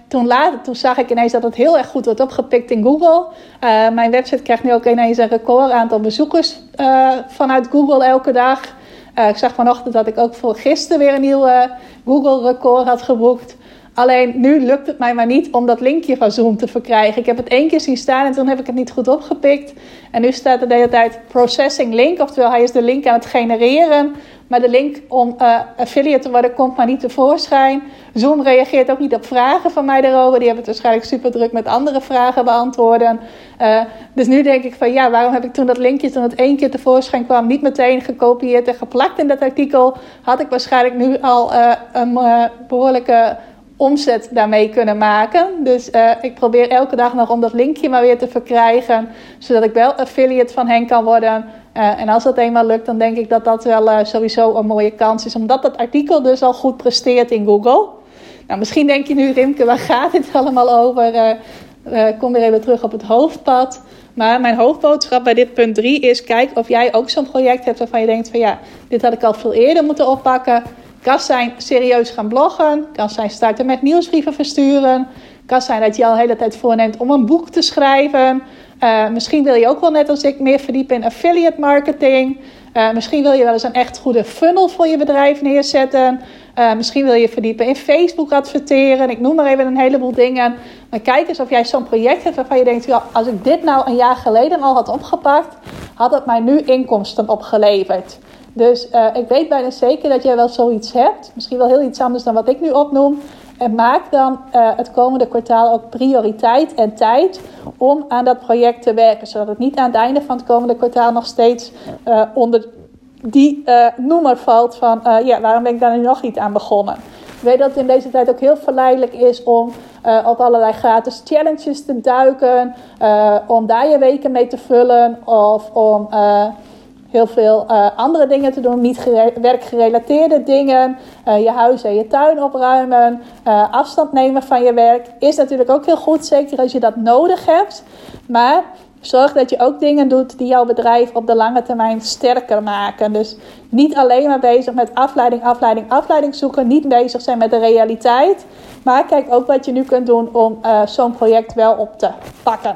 toen, later, toen zag ik ineens dat het heel erg goed wordt opgepikt in Google. Uh, mijn website krijgt nu ook ineens een record aantal bezoekers uh, vanuit Google elke dag. Uh, ik zag vanochtend dat ik ook voor gisteren weer een nieuw uh, Google record had geboekt. Alleen nu lukt het mij maar niet om dat linkje van Zoom te verkrijgen. Ik heb het één keer zien staan en toen heb ik het niet goed opgepikt. En nu staat er de hele tijd processing link. Oftewel, hij is de link aan het genereren. Maar de link om uh, affiliate te worden komt maar niet tevoorschijn. Zoom reageert ook niet op vragen van mij daarover. Die hebben het waarschijnlijk super druk met andere vragen beantwoorden. Uh, dus nu denk ik van ja, waarom heb ik toen dat linkje toen het één keer tevoorschijn kwam niet meteen gekopieerd en geplakt in dat artikel? Had ik waarschijnlijk nu al uh, een uh, behoorlijke omzet daarmee kunnen maken. Dus uh, ik probeer elke dag nog om dat linkje maar weer te verkrijgen, zodat ik wel affiliate van hen kan worden. Uh, en als dat eenmaal lukt, dan denk ik dat dat wel uh, sowieso een mooie kans is, omdat dat artikel dus al goed presteert in Google. Nou, misschien denk je nu, Rimke, waar gaat dit allemaal over? Uh, uh, kom weer even terug op het hoofdpad. Maar mijn hoofdboodschap bij dit punt drie is, kijk of jij ook zo'n project hebt waarvan je denkt van ja, dit had ik al veel eerder moeten oppakken. Kan zijn serieus gaan bloggen. Kan zijn starten met nieuwsbrieven versturen. Kan zijn dat je al de hele tijd voorneemt om een boek te schrijven. Uh, misschien wil je ook wel net als ik meer verdiepen in affiliate marketing. Uh, misschien wil je wel eens een echt goede funnel voor je bedrijf neerzetten. Uh, misschien wil je verdiepen in Facebook adverteren. Ik noem maar even een heleboel dingen. Maar kijk eens of jij zo'n project hebt waarvan je denkt, ja, als ik dit nou een jaar geleden al had opgepakt, had het mij nu inkomsten opgeleverd. Dus uh, ik weet bijna zeker dat jij wel zoiets hebt. Misschien wel heel iets anders dan wat ik nu opnoem. En maak dan uh, het komende kwartaal ook prioriteit en tijd om aan dat project te werken. Zodat het niet aan het einde van het komende kwartaal nog steeds uh, onder die uh, noemer valt van uh, ja, waarom ben ik daar nu nog niet aan begonnen? Ik weet dat het in deze tijd ook heel verleidelijk is om uh, op allerlei gratis challenges te duiken. Uh, om daar je weken mee te vullen of om Uh, heel veel uh, andere dingen te doen, niet gere- werkgerelateerde dingen. Uh, je huis en je tuin opruimen. Uh, afstand nemen van je werk is natuurlijk ook heel goed, zeker als je dat nodig hebt. Maar zorg dat je ook dingen doet die jouw bedrijf op de lange termijn sterker maken. Dus niet alleen maar bezig met afleiding, afleiding, afleiding zoeken. Niet bezig zijn met de realiteit. Maar kijk ook wat je nu kunt doen om uh, zo'n project wel op te pakken.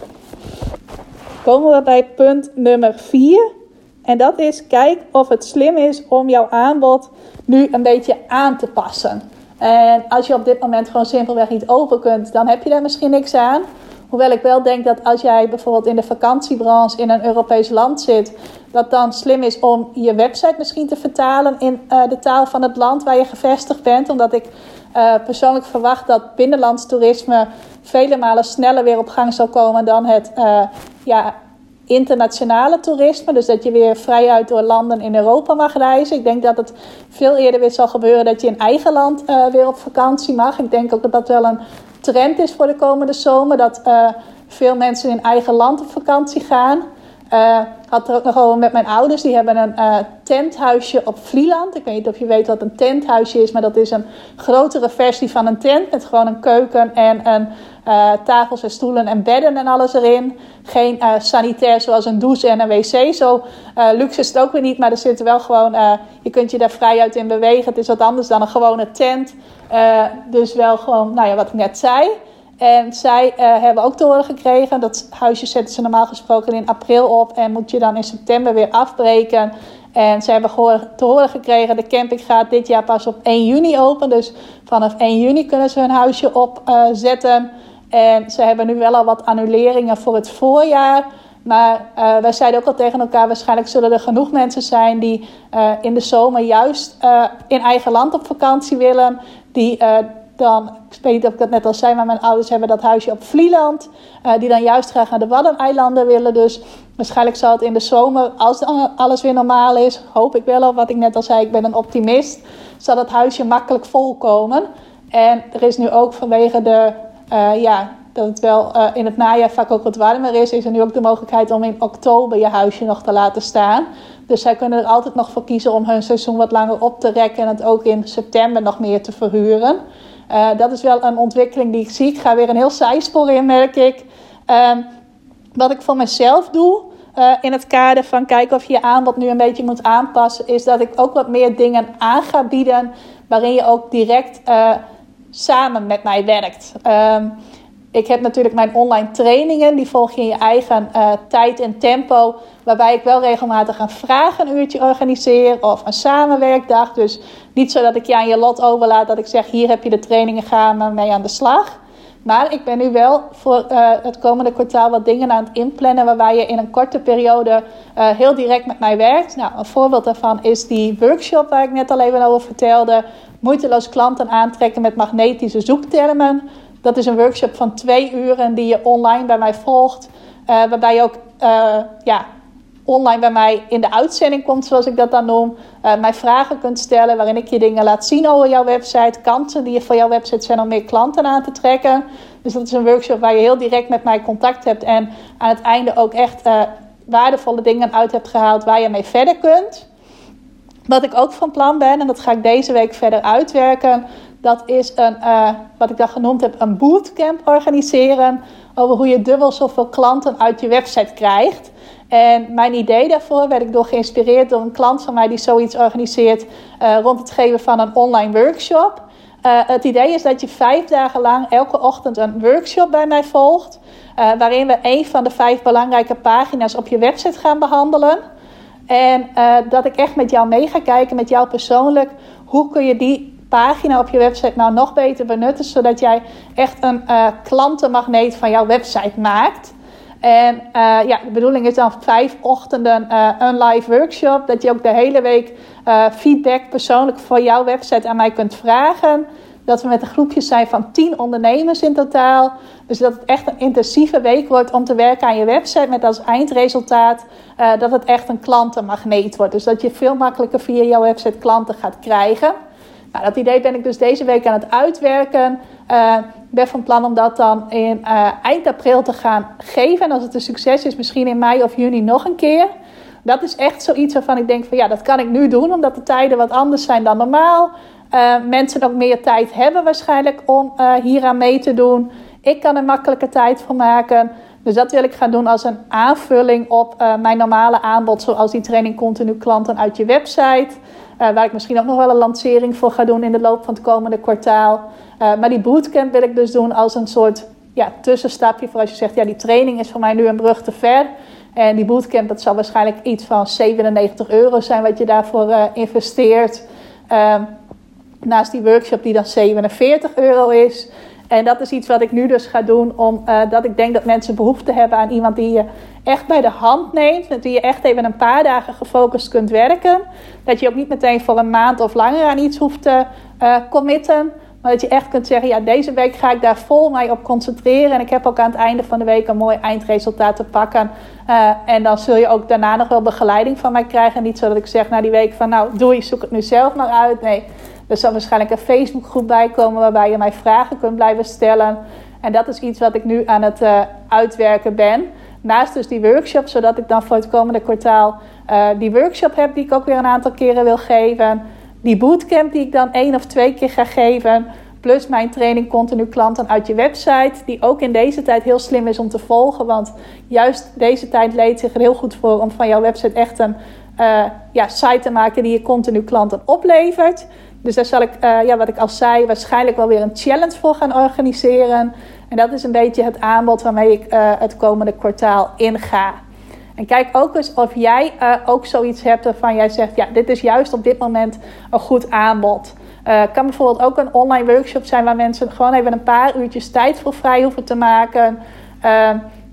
Komen we bij punt nummer vier. En dat is, kijk of het slim is om jouw aanbod nu een beetje aan te passen. En als je op dit moment gewoon simpelweg niet open kunt, dan heb je daar misschien niks aan. Hoewel ik wel denk dat als jij bijvoorbeeld in de vakantiebranche in een Europees land zit, dat dan slim is om je website misschien te vertalen in uh, de taal van het land waar je gevestigd bent. Omdat ik uh, persoonlijk verwacht dat binnenlands toerisme vele malen sneller weer op gang zal komen dan het uh, ja, internationale toerisme. Dus dat je weer vrijuit door landen in Europa mag reizen. Ik denk dat het veel eerder weer zal gebeuren dat je in eigen land uh, weer op vakantie mag. Ik denk ook dat dat wel een trend is voor de komende zomer. Dat uh, veel mensen in eigen land op vakantie gaan. Uh, had er ook nog over met mijn ouders. Die hebben een uh, tenthuisje op Vlieland. Ik weet niet of je weet wat een tenthuisje is. Maar dat is een grotere versie van een tent. Met gewoon een keuken en een uh, tafels en stoelen en bedden en alles erin. Geen uh, sanitair zoals een douche en een wc. Zo uh, luxe is het ook weer niet. Maar er zitten wel gewoon, uh, je kunt je daar vrijuit in bewegen. Het is wat anders dan een gewone tent. Uh, dus wel gewoon, nou ja, wat ik net zei. En zij uh, hebben ook te horen gekregen. Dat huisje zetten ze normaal gesproken in april op. En moet je dan in september weer afbreken. En ze hebben gehoor, te horen gekregen. De camping gaat dit jaar pas op één juni open. Dus vanaf één juni kunnen ze hun huisje opzetten. Uh, en ze hebben nu wel al wat annuleringen voor het voorjaar. Maar uh, wij zeiden ook al tegen elkaar, waarschijnlijk zullen er genoeg mensen zijn die uh, in de zomer juist uh, in eigen land op vakantie willen. Die uh, dan, ik weet niet of ik dat net al zei, maar mijn ouders hebben dat huisje op Vlieland. Uh, die dan juist graag naar de Waddeneilanden willen. Dus waarschijnlijk zal het in de zomer, als alles weer normaal is, hoop ik wel, of wat ik net al zei, ik ben een optimist, zal dat huisje makkelijk volkomen. En er is nu ook vanwege de, uh, ja, dat het wel uh, in het najaar vaak ook wat warmer is, is er nu ook de mogelijkheid om in oktober je huisje nog te laten staan. Dus zij kunnen er altijd nog voor kiezen om hun seizoen wat langer op te rekken en het ook in september nog meer te verhuren. Uh, dat is wel een ontwikkeling die ik zie. Ik ga weer een heel zijspoor in, merk ik. Uh, wat ik voor mezelf doe, uh, in het kader van kijken of je je aanbod nu een beetje moet aanpassen, is dat ik ook wat meer dingen aan ga bieden, waarin je ook direct uh, samen met mij werkt. Um, ik heb natuurlijk mijn online trainingen. Die volg je in je eigen uh, tijd en tempo. Waarbij ik wel regelmatig een vragenuurtje organiseer. Of een samenwerkdag. Dus niet zo dat ik je aan je lot overlaat. Dat ik zeg, hier heb je de trainingen, ga maar mee aan de slag. Maar ik ben nu wel voor uh, het komende kwartaal wat dingen aan het inplannen. Waarbij je in een korte periode uh, heel direct met mij werkt. Nou, een voorbeeld daarvan is die workshop waar ik net al even over vertelde. Moeiteloos klanten aantrekken met magnetische zoektermen. Dat is een workshop van twee uren die je online bij mij volgt. Uh, waarbij je ook uh, ja, online bij mij in de uitzending komt, zoals ik dat dan noem. Uh, mij vragen kunt stellen waarin ik je dingen laat zien over jouw website. Kansen die je voor jouw website zijn om meer klanten aan te trekken. Dus dat is een workshop waar je heel direct met mij contact hebt. En aan het einde ook echt uh, waardevolle dingen uit hebt gehaald waar je mee verder kunt. Wat ik ook van plan ben, en dat ga ik deze week verder uitwerken. Dat is een, uh, wat ik dan genoemd heb, een bootcamp organiseren. Over hoe je dubbel zoveel klanten uit je website krijgt. En mijn idee daarvoor werd ik door geïnspireerd door een klant van mij die zoiets organiseert uh, rond het geven van een online workshop. Uh, het idee is dat je vijf dagen lang elke ochtend een workshop bij mij volgt. Uh, waarin we een van de vijf belangrijke pagina's op je website gaan behandelen. En uh, dat ik echt met jou mee ga kijken, met jou persoonlijk. Hoe kun je die pagina op je website nou nog beter benutten, zodat jij echt een uh, klantenmagneet van jouw website maakt. En uh, ja, de bedoeling is dan vijf ochtenden uh, een live workshop. Dat je ook de hele week uh, feedback persoonlijk voor jouw website aan mij kunt vragen. Dat we met een groepje zijn van tien ondernemers in totaal. Dus dat het echt een intensieve week wordt om te werken aan je website. Met als eindresultaat uh, dat het echt een klantenmagneet wordt. Dus dat je veel makkelijker via jouw website klanten gaat krijgen. Nou, dat idee ben ik dus deze week aan het uitwerken. Uh, ik ben van plan om dat dan in uh, eind april te gaan geven. En als het een succes is, misschien in mei of juni nog een keer. Dat is echt zoiets waarvan ik denk van ja, dat kan ik nu doen. Omdat de tijden wat anders zijn dan normaal. Uh, mensen ook meer tijd hebben waarschijnlijk om uh, hieraan mee te doen. Ik kan er makkelijke tijd voor maken. Dus dat wil ik gaan doen als een aanvulling op uh, mijn normale aanbod. Zoals die training continu klanten uit je website. Uh, waar ik misschien ook nog wel een lancering voor ga doen in de loop van het komende kwartaal. Uh, maar die bootcamp wil ik dus doen als een soort ja, tussenstapje. Voor als je zegt, ja, die training is voor mij nu een brug te ver. En die bootcamp, dat zal waarschijnlijk iets van zevenennegentig euro zijn wat je daarvoor uh, investeert. Uh, naast die workshop die dan zevenenveertig euro is. En dat is iets wat ik nu dus ga doen. Omdat uh, ik denk dat mensen behoefte hebben aan iemand die je echt bij de hand neemt. Met wie je echt even een paar dagen gefocust kunt werken. Dat je ook niet meteen voor een maand of langer aan iets hoeft te uh, committen. Maar dat je echt kunt zeggen, ja, deze week ga ik daar vol mij op concentreren. En ik heb ook aan het einde van de week een mooi eindresultaat te pakken. Uh, en dan zul je ook daarna nog wel begeleiding van mij krijgen. Niet zo dat ik zeg na die week van, nou doei, zoek het nu zelf maar uit. Nee, er zal waarschijnlijk een Facebookgroep bij komen waarbij je mij vragen kunt blijven stellen. En dat is iets wat ik nu aan het uh, uitwerken ben. Naast dus die workshop, zodat ik dan voor het komende kwartaal uh, die workshop heb die ik ook weer een aantal keren wil geven. Die bootcamp die ik dan één of twee keer ga geven. Plus mijn training continu klanten uit je website. Die ook in deze tijd heel slim is om te volgen. Want juist deze tijd leent zich er heel goed voor om van jouw website echt een uh, ja, site te maken die je continu klanten oplevert. Dus daar zal ik, uh, ja, wat ik al zei, waarschijnlijk wel weer een challenge voor gaan organiseren. En dat is een beetje het aanbod waarmee ik uh, het komende kwartaal inga. En kijk ook eens of jij uh, ook zoiets hebt waarvan jij zegt, ja, dit is juist op dit moment een goed aanbod. Uh, kan bijvoorbeeld ook een online workshop zijn waar mensen gewoon even een paar uurtjes tijd voor vrij hoeven te maken. Uh,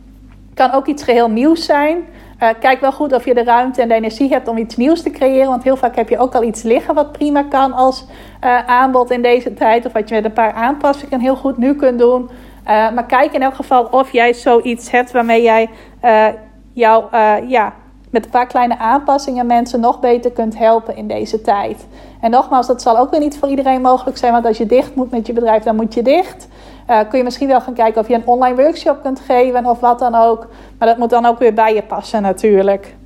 kan ook iets geheel nieuws zijn. Uh, kijk wel goed of je de ruimte en de energie hebt om iets nieuws te creëren. Want heel vaak heb je ook al iets liggen wat prima kan als uh, aanbod in deze tijd. Of wat je met een paar aanpassingen heel goed nu kunt doen. Uh, maar kijk in elk geval of jij zoiets hebt waarmee jij uh, jou uh, ja, met een paar kleine aanpassingen mensen nog beter kunt helpen in deze tijd. En nogmaals, dat zal ook weer niet voor iedereen mogelijk zijn. Want als je dicht moet met je bedrijf, dan moet je dicht. Uh, kun je misschien wel gaan kijken of je een online workshop kunt geven of wat dan ook. Maar dat moet dan ook weer bij je passen natuurlijk.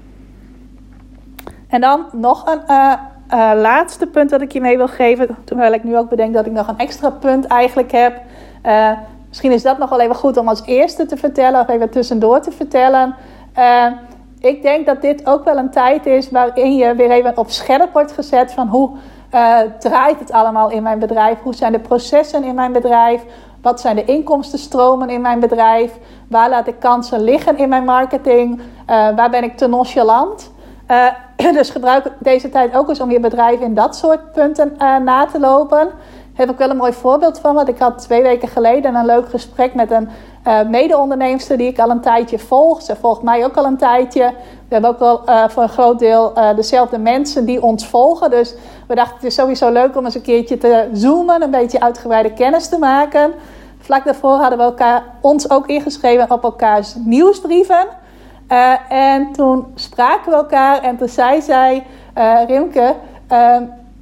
En dan nog een uh, uh, laatste punt dat ik je mee wil geven. Terwijl ik nu ook bedenk dat ik nog een extra punt eigenlijk heb. Uh, misschien is dat nog wel even goed om als eerste te vertellen of even tussendoor te vertellen. Uh, ik denk dat dit ook wel een tijd is waarin je weer even op scherp wordt gezet van hoe uh, draait het allemaal in mijn bedrijf? Hoe zijn de processen in mijn bedrijf? Wat zijn de inkomstenstromen in mijn bedrijf? Waar laat ik kansen liggen in mijn marketing? Uh, waar ben ik te nonchalant? Uh, dus gebruik deze tijd ook eens om je bedrijf in dat soort punten uh, na te lopen. Daar heb ik wel een mooi voorbeeld van. Want ik had twee weken geleden een leuk gesprek met een uh, mede-onderneemster die ik al een tijdje volg. Ze volgt mij ook al een tijdje. We hebben ook wel uh, voor een groot deel uh, dezelfde mensen die ons volgen. Dus we dachten het is sowieso leuk om eens een keertje te zoomen. Een beetje uitgebreide kennis te maken. Vlak daarvoor hadden we elkaar, ons ook ingeschreven op elkaars nieuwsbrieven. Uh, en toen spraken we elkaar en toen zei zij, uh, Rimke, uh,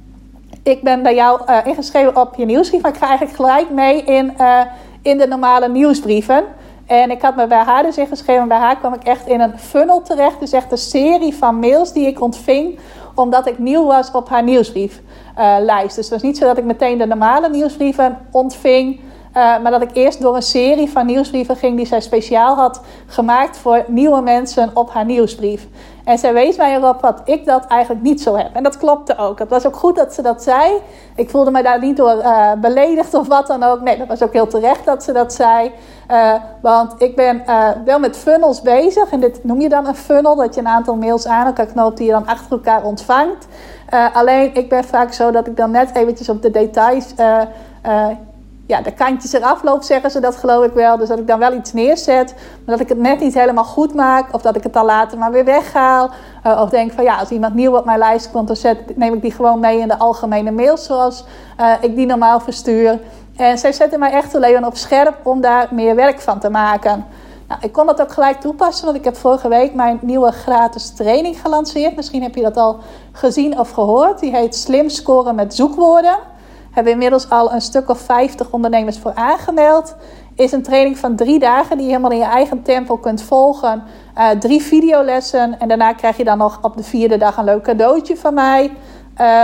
ik ben bij jou uh, ingeschreven op je nieuwsbrief, maar ik ga eigenlijk gelijk mee in, uh, in de normale nieuwsbrieven. En ik had me bij haar dus ingeschreven en bij haar kwam ik echt in een funnel terecht. Dus echt een serie van mails die ik ontving, omdat ik nieuw was op haar nieuwsbrieflijst. Uh, dus het was niet zo dat ik meteen de normale nieuwsbrieven ontving. Uh, maar dat ik eerst door een serie van nieuwsbrieven ging die zij speciaal had gemaakt voor nieuwe mensen op haar nieuwsbrief. En zij wees mij erop dat ik dat eigenlijk niet zo heb. En dat klopte ook. Het was ook goed dat ze dat zei. Ik voelde me daar niet door uh, beledigd of wat dan ook. Nee, dat was ook heel terecht dat ze dat zei. Uh, want ik ben uh, wel met funnels bezig. En dit noem je dan een funnel. Dat je een aantal mails aan elkaar knoopt die je dan achter elkaar ontvangt. Uh, alleen ik ben vaak zo dat ik dan net eventjes op de details... Uh, uh, Ja, de kantjes eraf loopt, zeggen ze dat geloof ik wel. Dus dat ik dan wel iets neerzet, maar dat ik het net niet helemaal goed maak. Of dat ik het dan later maar weer weghaal. Uh, of denk van ja, als iemand nieuw op mijn lijst komt, dan zet, neem ik die gewoon mee in de algemene mails zoals uh, ik die normaal verstuur. En zij zetten mij echt alleen op scherp om daar meer werk van te maken. Nou, ik kon dat ook gelijk toepassen, want ik heb vorige week mijn nieuwe gratis training gelanceerd. Misschien heb je dat al gezien of gehoord. Die heet Slim Scoren met zoekwoorden. Hebben inmiddels al een stuk of vijftig ondernemers voor aangemeld. Is een training van drie dagen die je helemaal in je eigen tempo kunt volgen. Uh, drie videolessen en daarna krijg je dan nog op de vierde dag een leuk cadeautje van mij. Uh,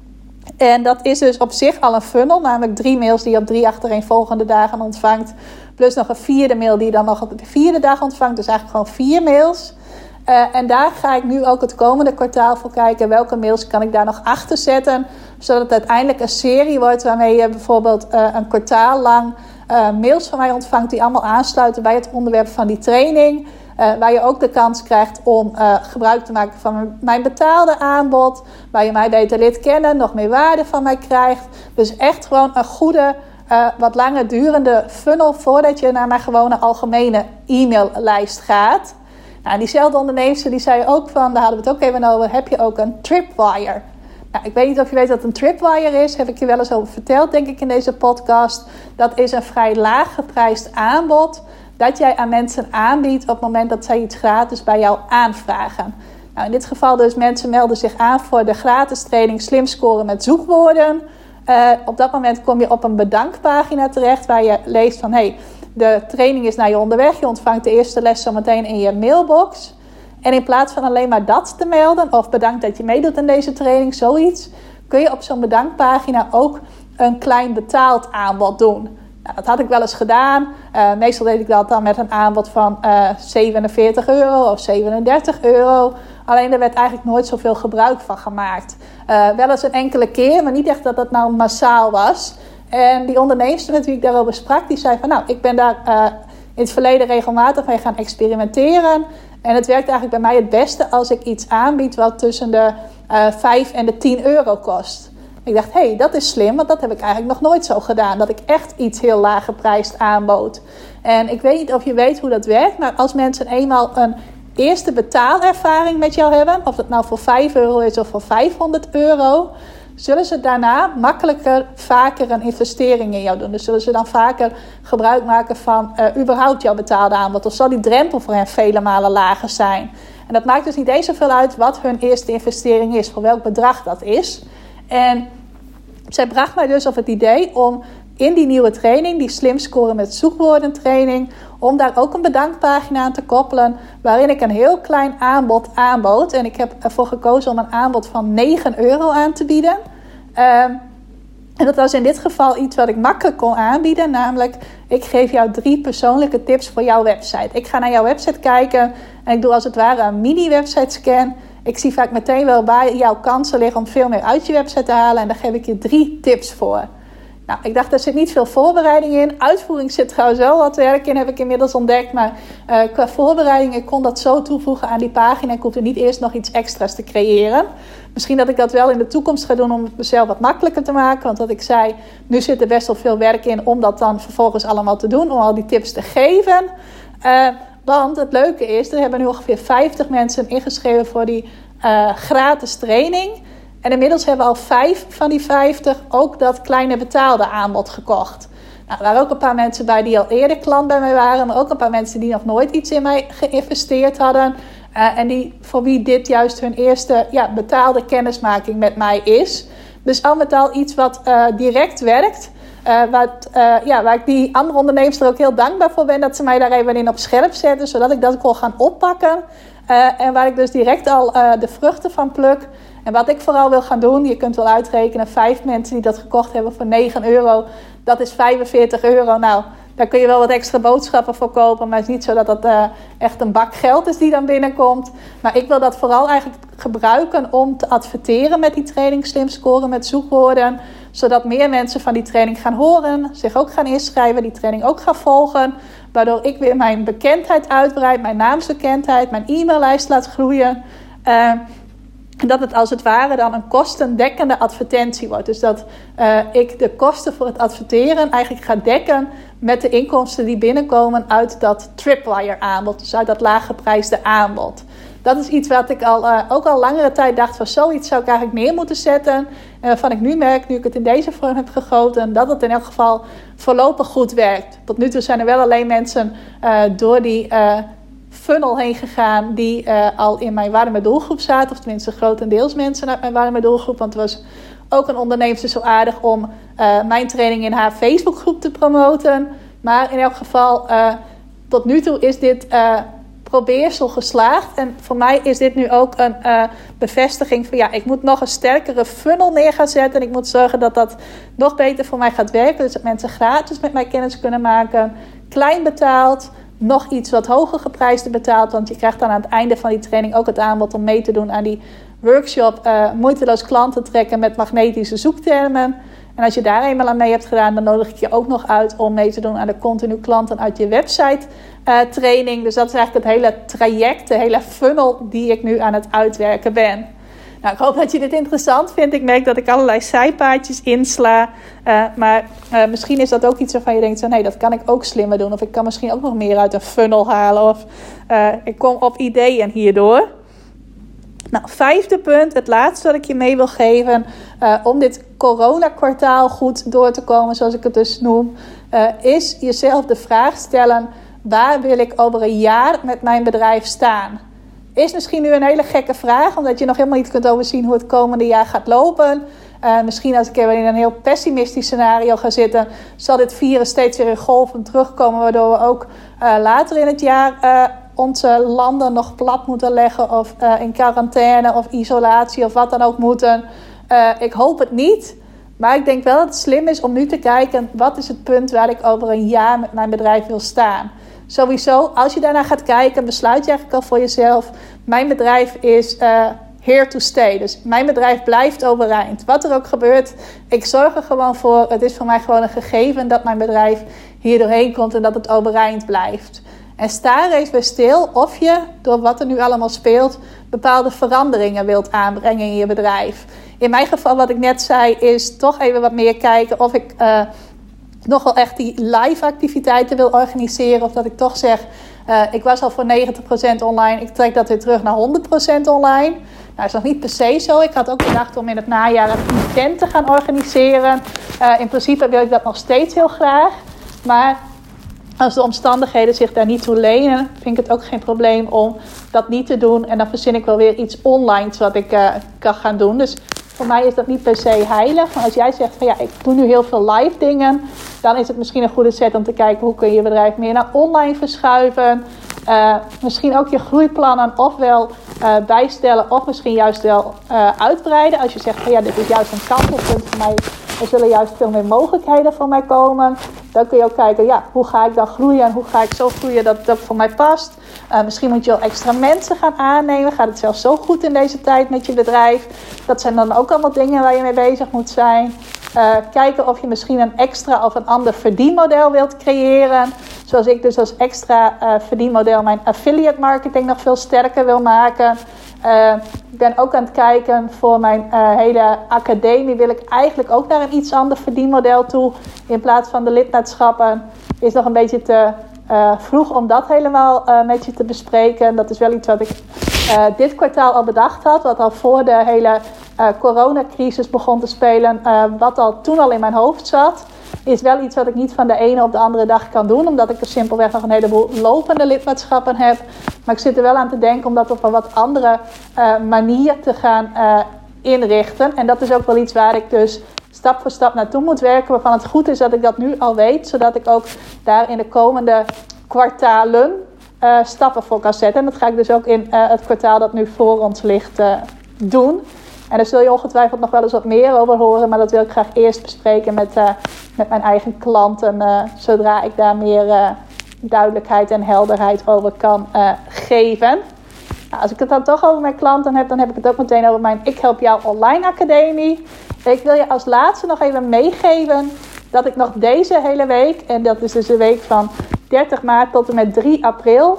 en dat is dus op zich al een funnel, namelijk drie mails die je op drie achtereenvolgende dagen ontvangt. Plus nog een vierde mail die je dan nog op de vierde dag ontvangt. Dus eigenlijk gewoon vier mails. Uh, en daar ga ik nu ook het komende kwartaal voor kijken. Welke mails kan ik daar nog achter zetten. Zodat het uiteindelijk een serie wordt waarmee je bijvoorbeeld uh, een kwartaal lang uh, mails van mij ontvangt. Die allemaal aansluiten bij het onderwerp van die training. Uh, waar je ook de kans krijgt om uh, gebruik te maken van mijn betaalde aanbod. Waar je mij beter leert kennen. Nog meer waarde van mij krijgt. Dus echt gewoon een goede, uh, wat langer durende funnel. Voordat je naar mijn gewone algemene e-maillijst gaat. Nou, diezelfde onderneemster die zei ook van, daar hadden we het ook even over, heb je ook een Tripwire? Nou, ik weet niet of je weet wat een Tripwire is, heb ik je wel eens over verteld, denk ik, in deze podcast. Dat is een vrij laag geprijsd aanbod dat jij aan mensen aanbiedt op het moment dat zij iets gratis bij jou aanvragen. Nou, in dit geval dus mensen melden zich aan voor de gratis training Slim Scoren met zoekwoorden. Uh, op dat moment kom je op een bedankpagina terecht waar je leest van, hey, de training is naar je onderweg. Je ontvangt de eerste les zo meteen in je mailbox. En in plaats van alleen maar dat te melden, of bedankt dat je meedoet aan deze training, zoiets, kun je op zo'n bedankpagina ook een klein betaald aanbod doen. Nou, dat had ik wel eens gedaan. Uh, meestal deed ik dat dan met een aanbod van uh, zevenenveertig euro of zevenendertig euro. Alleen er werd eigenlijk nooit zoveel gebruik van gemaakt. Uh, wel eens een enkele keer, maar niet echt dat dat nou massaal was. En die onderneemster met wie ik daarover sprak, die zei van nou, ik ben daar uh, in het verleden regelmatig mee gaan experimenteren. En het werkt eigenlijk bij mij het beste als ik iets aanbied wat tussen de uh, vijf en de tien euro kost. Ik dacht, hé, hey, dat is slim, want dat heb ik eigenlijk nog nooit zo gedaan. Dat ik echt iets heel laag geprijsd aanbood. En ik weet niet of je weet hoe dat werkt, maar als mensen eenmaal een eerste betaalervaring met jou hebben, of dat nou voor vijf euro is of voor vijfhonderd euro, zullen ze daarna makkelijker vaker een investering in jou doen. Dus zullen ze dan vaker gebruik maken van uh, überhaupt jouw betaalde aanbod. Of zal die drempel voor hen vele malen lager zijn. En dat maakt dus niet eens zoveel uit wat hun eerste investering is. Voor welk bedrag dat is. En zij bracht mij dus op het idee om in die nieuwe training, die Slim Scoren met zoekwoorden training, om daar ook een bedankpagina aan te koppelen, waarin ik een heel klein aanbod aanbood. En ik heb ervoor gekozen om een aanbod van negen euro aan te bieden. Uh, en dat was in dit geval iets wat ik makkelijk kon aanbieden. Namelijk, ik geef jou drie persoonlijke tips voor jouw website. Ik ga naar jouw website kijken en ik doe als het ware een mini-website scan. ik zie vaak meteen wel waar jouw kansen liggen om veel meer uit je website te halen. En daar geef ik je drie tips voor. Nou, ik dacht, er zit niet veel voorbereiding in. Uitvoering zit trouwens wel wat werk in, heb ik inmiddels ontdekt. Maar uh, qua voorbereiding, ik kon dat zo toevoegen aan die pagina. Ik hoefde niet eerst nog iets extra's te creëren. Misschien dat ik dat wel in de toekomst ga doen om het mezelf wat makkelijker te maken. Want wat ik zei, nu zit er best wel veel werk in om dat dan vervolgens allemaal te doen. Om al die tips te geven. Uh, want het leuke is, er hebben nu ongeveer vijftig mensen ingeschreven voor die uh, gratis training. En inmiddels hebben al vijf van die vijftig ook dat kleine betaalde aanbod gekocht. Nou, er waren ook een paar mensen bij die al eerder klant bij mij waren. Maar ook een paar mensen die nog nooit iets in mij geïnvesteerd hadden. Uh, en die, voor wie dit juist hun eerste ja, betaalde kennismaking met mij is. Dus al met al iets wat uh, direct werkt. Uh, wat, uh, ja, waar ik die andere ondernemers er ook heel dankbaar voor ben. Dat ze mij daar even in op scherp zetten. Zodat ik dat kon gaan oppakken. Uh, en waar ik dus direct al uh, de vruchten van pluk. En wat ik vooral wil gaan doen, je kunt wel uitrekenen, vijf mensen die dat gekocht hebben voor negen euro, dat is vijfenveertig euro. Nou, daar kun je wel wat extra boodschappen voor kopen, maar het is niet zo dat dat uh, echt een bak geld is die dan binnenkomt. Maar ik wil dat vooral eigenlijk gebruiken om te adverteren met die training Slim Scoren met zoekwoorden, zodat meer mensen van die training gaan horen, zich ook gaan inschrijven, die training ook gaan volgen, waardoor ik weer mijn bekendheid uitbreid, mijn naamsbekendheid, mijn e-maillijst laat groeien. Uh, En dat het als het ware dan een kostendekkende advertentie wordt. Dus dat uh, ik de kosten voor het adverteren eigenlijk ga dekken met de inkomsten die binnenkomen uit dat Tripwire aanbod. Dus uit dat laaggeprijsde aanbod. Dat is iets wat ik al, uh, ook al langere tijd dacht van zoiets zou ik eigenlijk neer moeten zetten. En waarvan ik nu merk, nu ik het in deze vorm heb gegoten, dat het in elk geval voorlopig goed werkt. Tot nu toe zijn er wel alleen mensen uh, door die Uh, funnel heen gegaan die uh, al in mijn warme doelgroep zaten. Of tenminste grotendeels mensen uit mijn warme doelgroep. Want er was ook een onderneemster zo aardig om uh, mijn training in haar Facebookgroep te promoten. Maar in elk geval, uh, tot nu toe is dit uh, probeersel geslaagd. En voor mij is dit nu ook een uh, bevestiging van ja, ik moet nog een sterkere funnel neer gaan zetten. En ik moet zorgen dat dat nog beter voor mij gaat werken. Dus dat mensen gratis met mij kennis kunnen maken. Klein betaald. Nog iets wat hoger geprijsd betaald. Want je krijgt dan aan het einde van die training ook het aanbod om mee te doen aan die workshop. Uh, moeiteloos klanten trekken met magnetische zoektermen. En als je daar eenmaal aan mee hebt gedaan, dan nodig ik je ook nog uit om mee te doen aan de continu klanten uit je website uh, training. Dus dat is eigenlijk het hele traject, de hele funnel die ik nu aan het uitwerken ben. Nou, ik hoop dat je dit interessant vindt. Ik merk dat ik allerlei zijpaadjes insla. Uh, maar uh, misschien is dat ook iets waarvan je denkt, nee, dat kan ik ook slimmer doen. Of ik kan misschien ook nog meer uit een funnel halen. Of uh, ik kom op ideeën hierdoor. Nou, vijfde punt, het laatste wat ik je mee wil geven. Uh, om dit coronakwartaal goed door te komen, zoals ik het dus noem. Uh, is jezelf de vraag stellen, waar wil ik over een jaar met mijn bedrijf staan? Is misschien nu een hele gekke vraag, omdat je nog helemaal niet kunt overzien hoe het komende jaar gaat lopen. Uh, misschien als ik even in een heel pessimistisch scenario ga zitten, zal dit virus steeds weer in golven terugkomen, waardoor we ook uh, later in het jaar uh, onze landen nog plat moeten leggen of uh, in quarantaine of isolatie of wat dan ook moeten. Uh, ik hoop het niet, maar ik denk wel dat het slim is om nu te kijken, wat is het punt waar ik over een jaar met mijn bedrijf wil staan. Sowieso, als je daarna gaat kijken, besluit je eigenlijk al voor jezelf, mijn bedrijf is uh, here to stay. Dus mijn bedrijf blijft overeind. Wat er ook gebeurt, ik zorg er gewoon voor. Het is voor mij gewoon een gegeven dat mijn bedrijf hier doorheen komt en dat het overeind blijft. En sta er eens bij stil of je, door wat er nu allemaal speelt, bepaalde veranderingen wilt aanbrengen in je bedrijf. In mijn geval, wat ik net zei, is toch even wat meer kijken of ik Uh, nog wel echt die live activiteiten wil organiseren. Of dat ik toch zeg, uh, ik was al voor negentig procent online. Ik trek dat weer terug naar honderd procent online. Nou, is nog niet per se zo. Ik had ook gedacht om in het najaar een event te gaan organiseren. Uh, in principe wil ik dat nog steeds heel graag. Maar als de omstandigheden zich daar niet toe lenen, vind ik het ook geen probleem om dat niet te doen. En dan verzin ik wel weer iets online wat ik uh, kan gaan doen. Dus voor mij is dat niet per se heilig. Maar als jij zegt van ja, ik doe nu heel veel live dingen, dan is het misschien een goede set om te kijken hoe kun je je bedrijf meer naar online verschuiven. Uh, misschien ook je groeiplannen ofwel uh, bijstellen of misschien juist wel uh, uitbreiden. Als je zegt van ja, dit is juist een kantelpunt voor mij Er zullen juist veel meer mogelijkheden voor mij komen. Dan kun je ook kijken, ja, hoe ga ik dan groeien en hoe ga ik zo groeien dat het ook voor mij past. Uh, misschien moet je wel extra mensen gaan aannemen. Gaat het zelfs zo goed in deze tijd met je bedrijf? Dat zijn dan ook allemaal dingen waar je mee bezig moet zijn. Uh, kijken of je misschien een extra of een ander verdienmodel wilt creëren. Zoals ik dus als extra uh, verdienmodel mijn affiliate marketing nog veel sterker wil maken. Uh, ik ben ook aan het kijken voor mijn uh, hele academie. Wil ik eigenlijk ook naar een iets ander verdienmodel toe. In plaats van de lidmaatschappen. Is nog een beetje te uh, vroeg om dat helemaal uh, met je te bespreken. Dat is wel iets wat ik uh, dit kwartaal al bedacht had. Wat al voor de hele uh, coronacrisis begon te spelen. Uh, wat al toen al in mijn hoofd zat. Is wel iets wat ik niet van de ene op de andere dag kan doen. Omdat ik er simpelweg nog een heleboel lopende lidmaatschappen heb. Maar ik zit er wel aan te denken om dat op een wat andere uh, manier te gaan uh, inrichten. En dat is ook wel iets waar ik dus stap voor stap naartoe moet werken. Waarvan het goed is dat ik dat nu al weet. Zodat ik ook daar in de komende kwartalen uh, stappen voor kan zetten. En dat ga ik dus ook in uh, het kwartaal dat nu voor ons ligt uh, doen. En daar zul je ongetwijfeld nog wel eens wat meer over horen. Maar dat wil ik graag eerst bespreken met, uh, met mijn eigen klanten. Uh, zodra ik daar meer uh, duidelijkheid en helderheid over kan uh, geven. Nou, als ik het dan toch over mijn klanten heb, dan heb ik het ook meteen over mijn Ik Help Jou Online Academie. Ik wil je als laatste nog even meegeven dat ik nog deze hele week, en dat is dus de week van dertig maart tot en met drie april,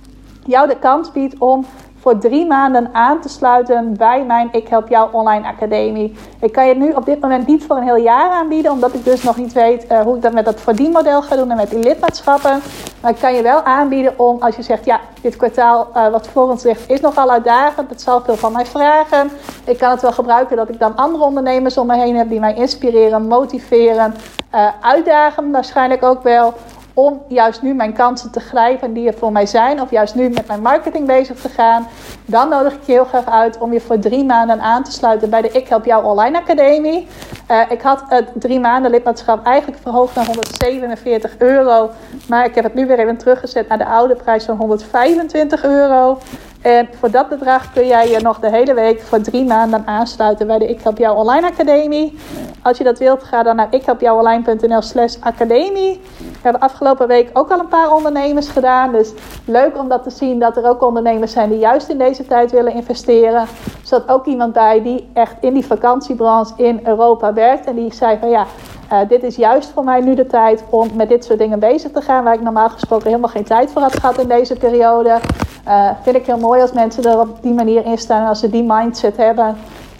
jou de kans biedt om voor drie maanden aan te sluiten bij mijn Ik Help Jou Online Academie. Ik kan je nu op dit moment niet voor een heel jaar aanbieden, omdat ik dus nog niet weet uh, hoe ik dat met dat verdienmodel ga doen en met die lidmaatschappen. Maar ik kan je wel aanbieden om, als je zegt, ja, dit kwartaal uh, wat voor ons ligt is nogal uitdagend. Het zal veel van mij vragen. Ik kan het wel gebruiken dat ik dan andere ondernemers om me heen heb die mij inspireren, motiveren, uh, uitdagen waarschijnlijk ook wel. Om juist nu mijn kansen te grijpen die er voor mij zijn. Of juist nu met mijn marketing bezig te gaan. Dan nodig ik je heel graag uit om je voor drie maanden aan te sluiten bij de Ik Help Jou Online Academie. Uh, ik had het drie maanden lidmaatschap eigenlijk verhoogd naar honderdzevenenveertig euro. Maar ik heb het nu weer even teruggezet naar de oude prijs van honderdvijfentwintig euro. En voor dat bedrag kun jij je nog de hele week voor drie maanden aansluiten bij de Ik Help Jou Online Academie. Als je dat wilt, ga dan naar ikhelpjouonline.nl slash academie. We hebben afgelopen week ook al een paar ondernemers gedaan. Dus leuk om dat te zien dat er ook ondernemers zijn die juist in deze tijd willen investeren. Er zat ook iemand bij die echt in die vakantiebranche in Europa werkt. En die zei van ja, uh, dit is juist voor mij nu de tijd om met dit soort dingen bezig te gaan. Waar ik normaal gesproken helemaal geen tijd voor had gehad in deze periode. Uh, vind ik heel mooi als mensen er op die manier in staan en als ze die mindset hebben.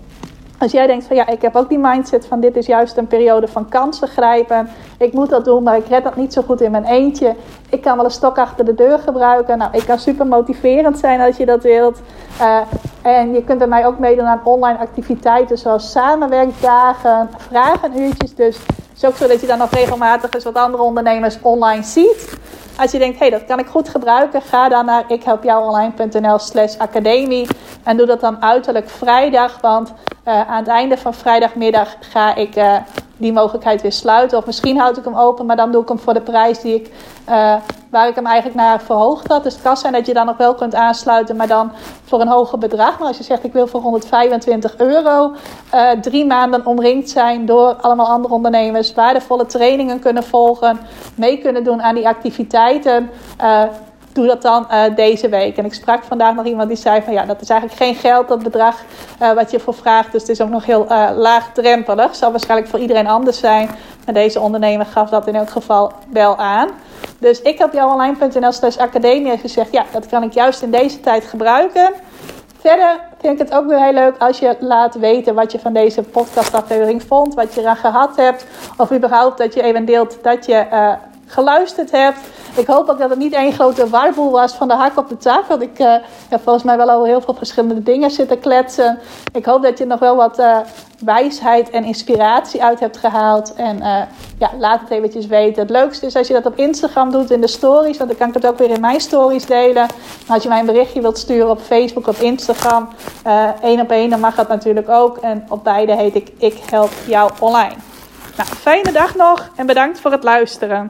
Als jij denkt van ja, ik heb ook die mindset van dit is juist een periode van kansen grijpen. Ik moet dat doen, maar ik red dat niet zo goed in mijn eentje. Ik kan wel een stok achter de deur gebruiken. Nou, ik kan super motiverend zijn als je dat wilt. Uh, en je kunt bij mij ook meedoen aan online activiteiten zoals samenwerkdagen, vragenuurtjes. Dus het is ook zo dat je dan nog regelmatig eens wat andere ondernemers online ziet. Als je denkt, hé, hey, dat kan ik goed gebruiken, ga dan naar ikhelpjouonline.nl slash academie. En doe dat dan uiterlijk vrijdag, want uh, aan het einde van vrijdagmiddag ga ik uh, die mogelijkheid weer sluiten. Of misschien houd ik hem open, maar dan doe ik hem voor de prijs die ik, uh, waar ik hem eigenlijk naar verhoogd had. Dus het kan zijn dat je dan nog wel kunt aansluiten, maar dan voor een hoger bedrag. Maar als je zegt, ik wil voor honderdvijfentwintig euro uh, drie maanden omringd zijn door allemaal andere ondernemers, waardevolle trainingen kunnen volgen, mee kunnen doen aan die activiteiten, uh, doe dat dan uh, deze week. En ik sprak vandaag nog iemand die zei van ja, dat is eigenlijk geen geld, dat bedrag uh, wat je voor vraagt. Dus het is ook nog heel uh, laagdrempelig. Zal waarschijnlijk voor iedereen anders zijn. Maar deze ondernemer gaf dat in elk geval wel aan. Dus ik heb jouonline.nl slash academie gezegd, ja, dat kan ik juist in deze tijd gebruiken. Verder vind ik het ook weer heel leuk als je laat weten wat je van deze podcastaflevering vond. Wat je eraan gehad hebt. Of überhaupt dat je even deelt dat je uh, geluisterd hebt. Ik hoop ook dat het niet één grote warboel was van de hak op de tak. Want ik uh, heb volgens mij wel over heel veel verschillende dingen zitten kletsen. Ik hoop dat je nog wel wat uh, wijsheid en inspiratie uit hebt gehaald. En uh, ja, laat het eventjes weten. Het leukste is als je dat op Instagram doet in de stories. Want dan kan ik het ook weer in mijn stories delen. Maar als je mij een berichtje wilt sturen op Facebook, op Instagram. Uh, één op één, dan mag dat natuurlijk ook. En op beide heet ik Ik Help Jou Online. Nou, fijne dag nog en bedankt voor het luisteren.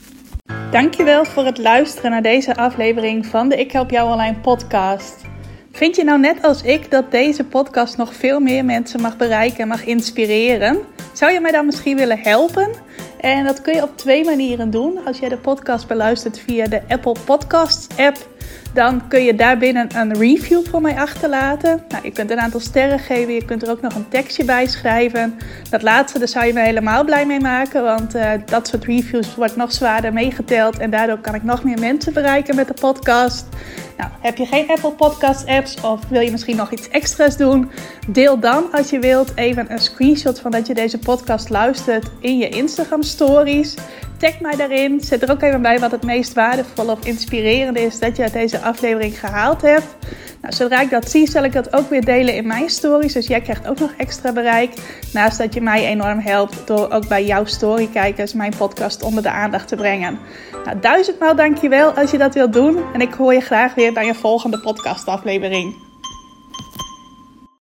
Dankjewel voor het luisteren naar deze aflevering van de Ik Help Jou Online podcast. Vind je nou net als ik dat deze podcast nog veel meer mensen mag bereiken en mag inspireren? Zou je mij dan misschien willen helpen? En dat kun je op twee manieren doen. Als jij de podcast beluistert via de Apple Podcasts app, dan kun je daarbinnen een review voor mij achterlaten. Nou, je kunt een aantal sterren geven, je kunt er ook nog een tekstje bij schrijven. Dat laatste, daar zou je me helemaal blij mee maken, want uh, dat soort reviews wordt nog zwaarder meegeteld en daardoor kan ik nog meer mensen bereiken met de podcast. Nou, heb je geen Apple Podcast apps of wil je misschien nog iets extra's doen? Deel dan, als je wilt, even een screenshot van dat je deze podcast luistert in je Instagram stories. Tag mij daarin. Zet er ook even bij wat het meest waardevolle of inspirerende is dat je uit deze aflevering gehaald hebt. Nou, zodra ik dat zie, zal ik dat ook weer delen in mijn stories. Dus jij krijgt ook nog extra bereik. Naast dat je mij enorm helpt door ook bij jouw storykijkers mijn podcast onder de aandacht te brengen. Nou, duizendmaal dankjewel als je dat wilt doen. En ik hoor je graag weer bij een volgende podcastaflevering.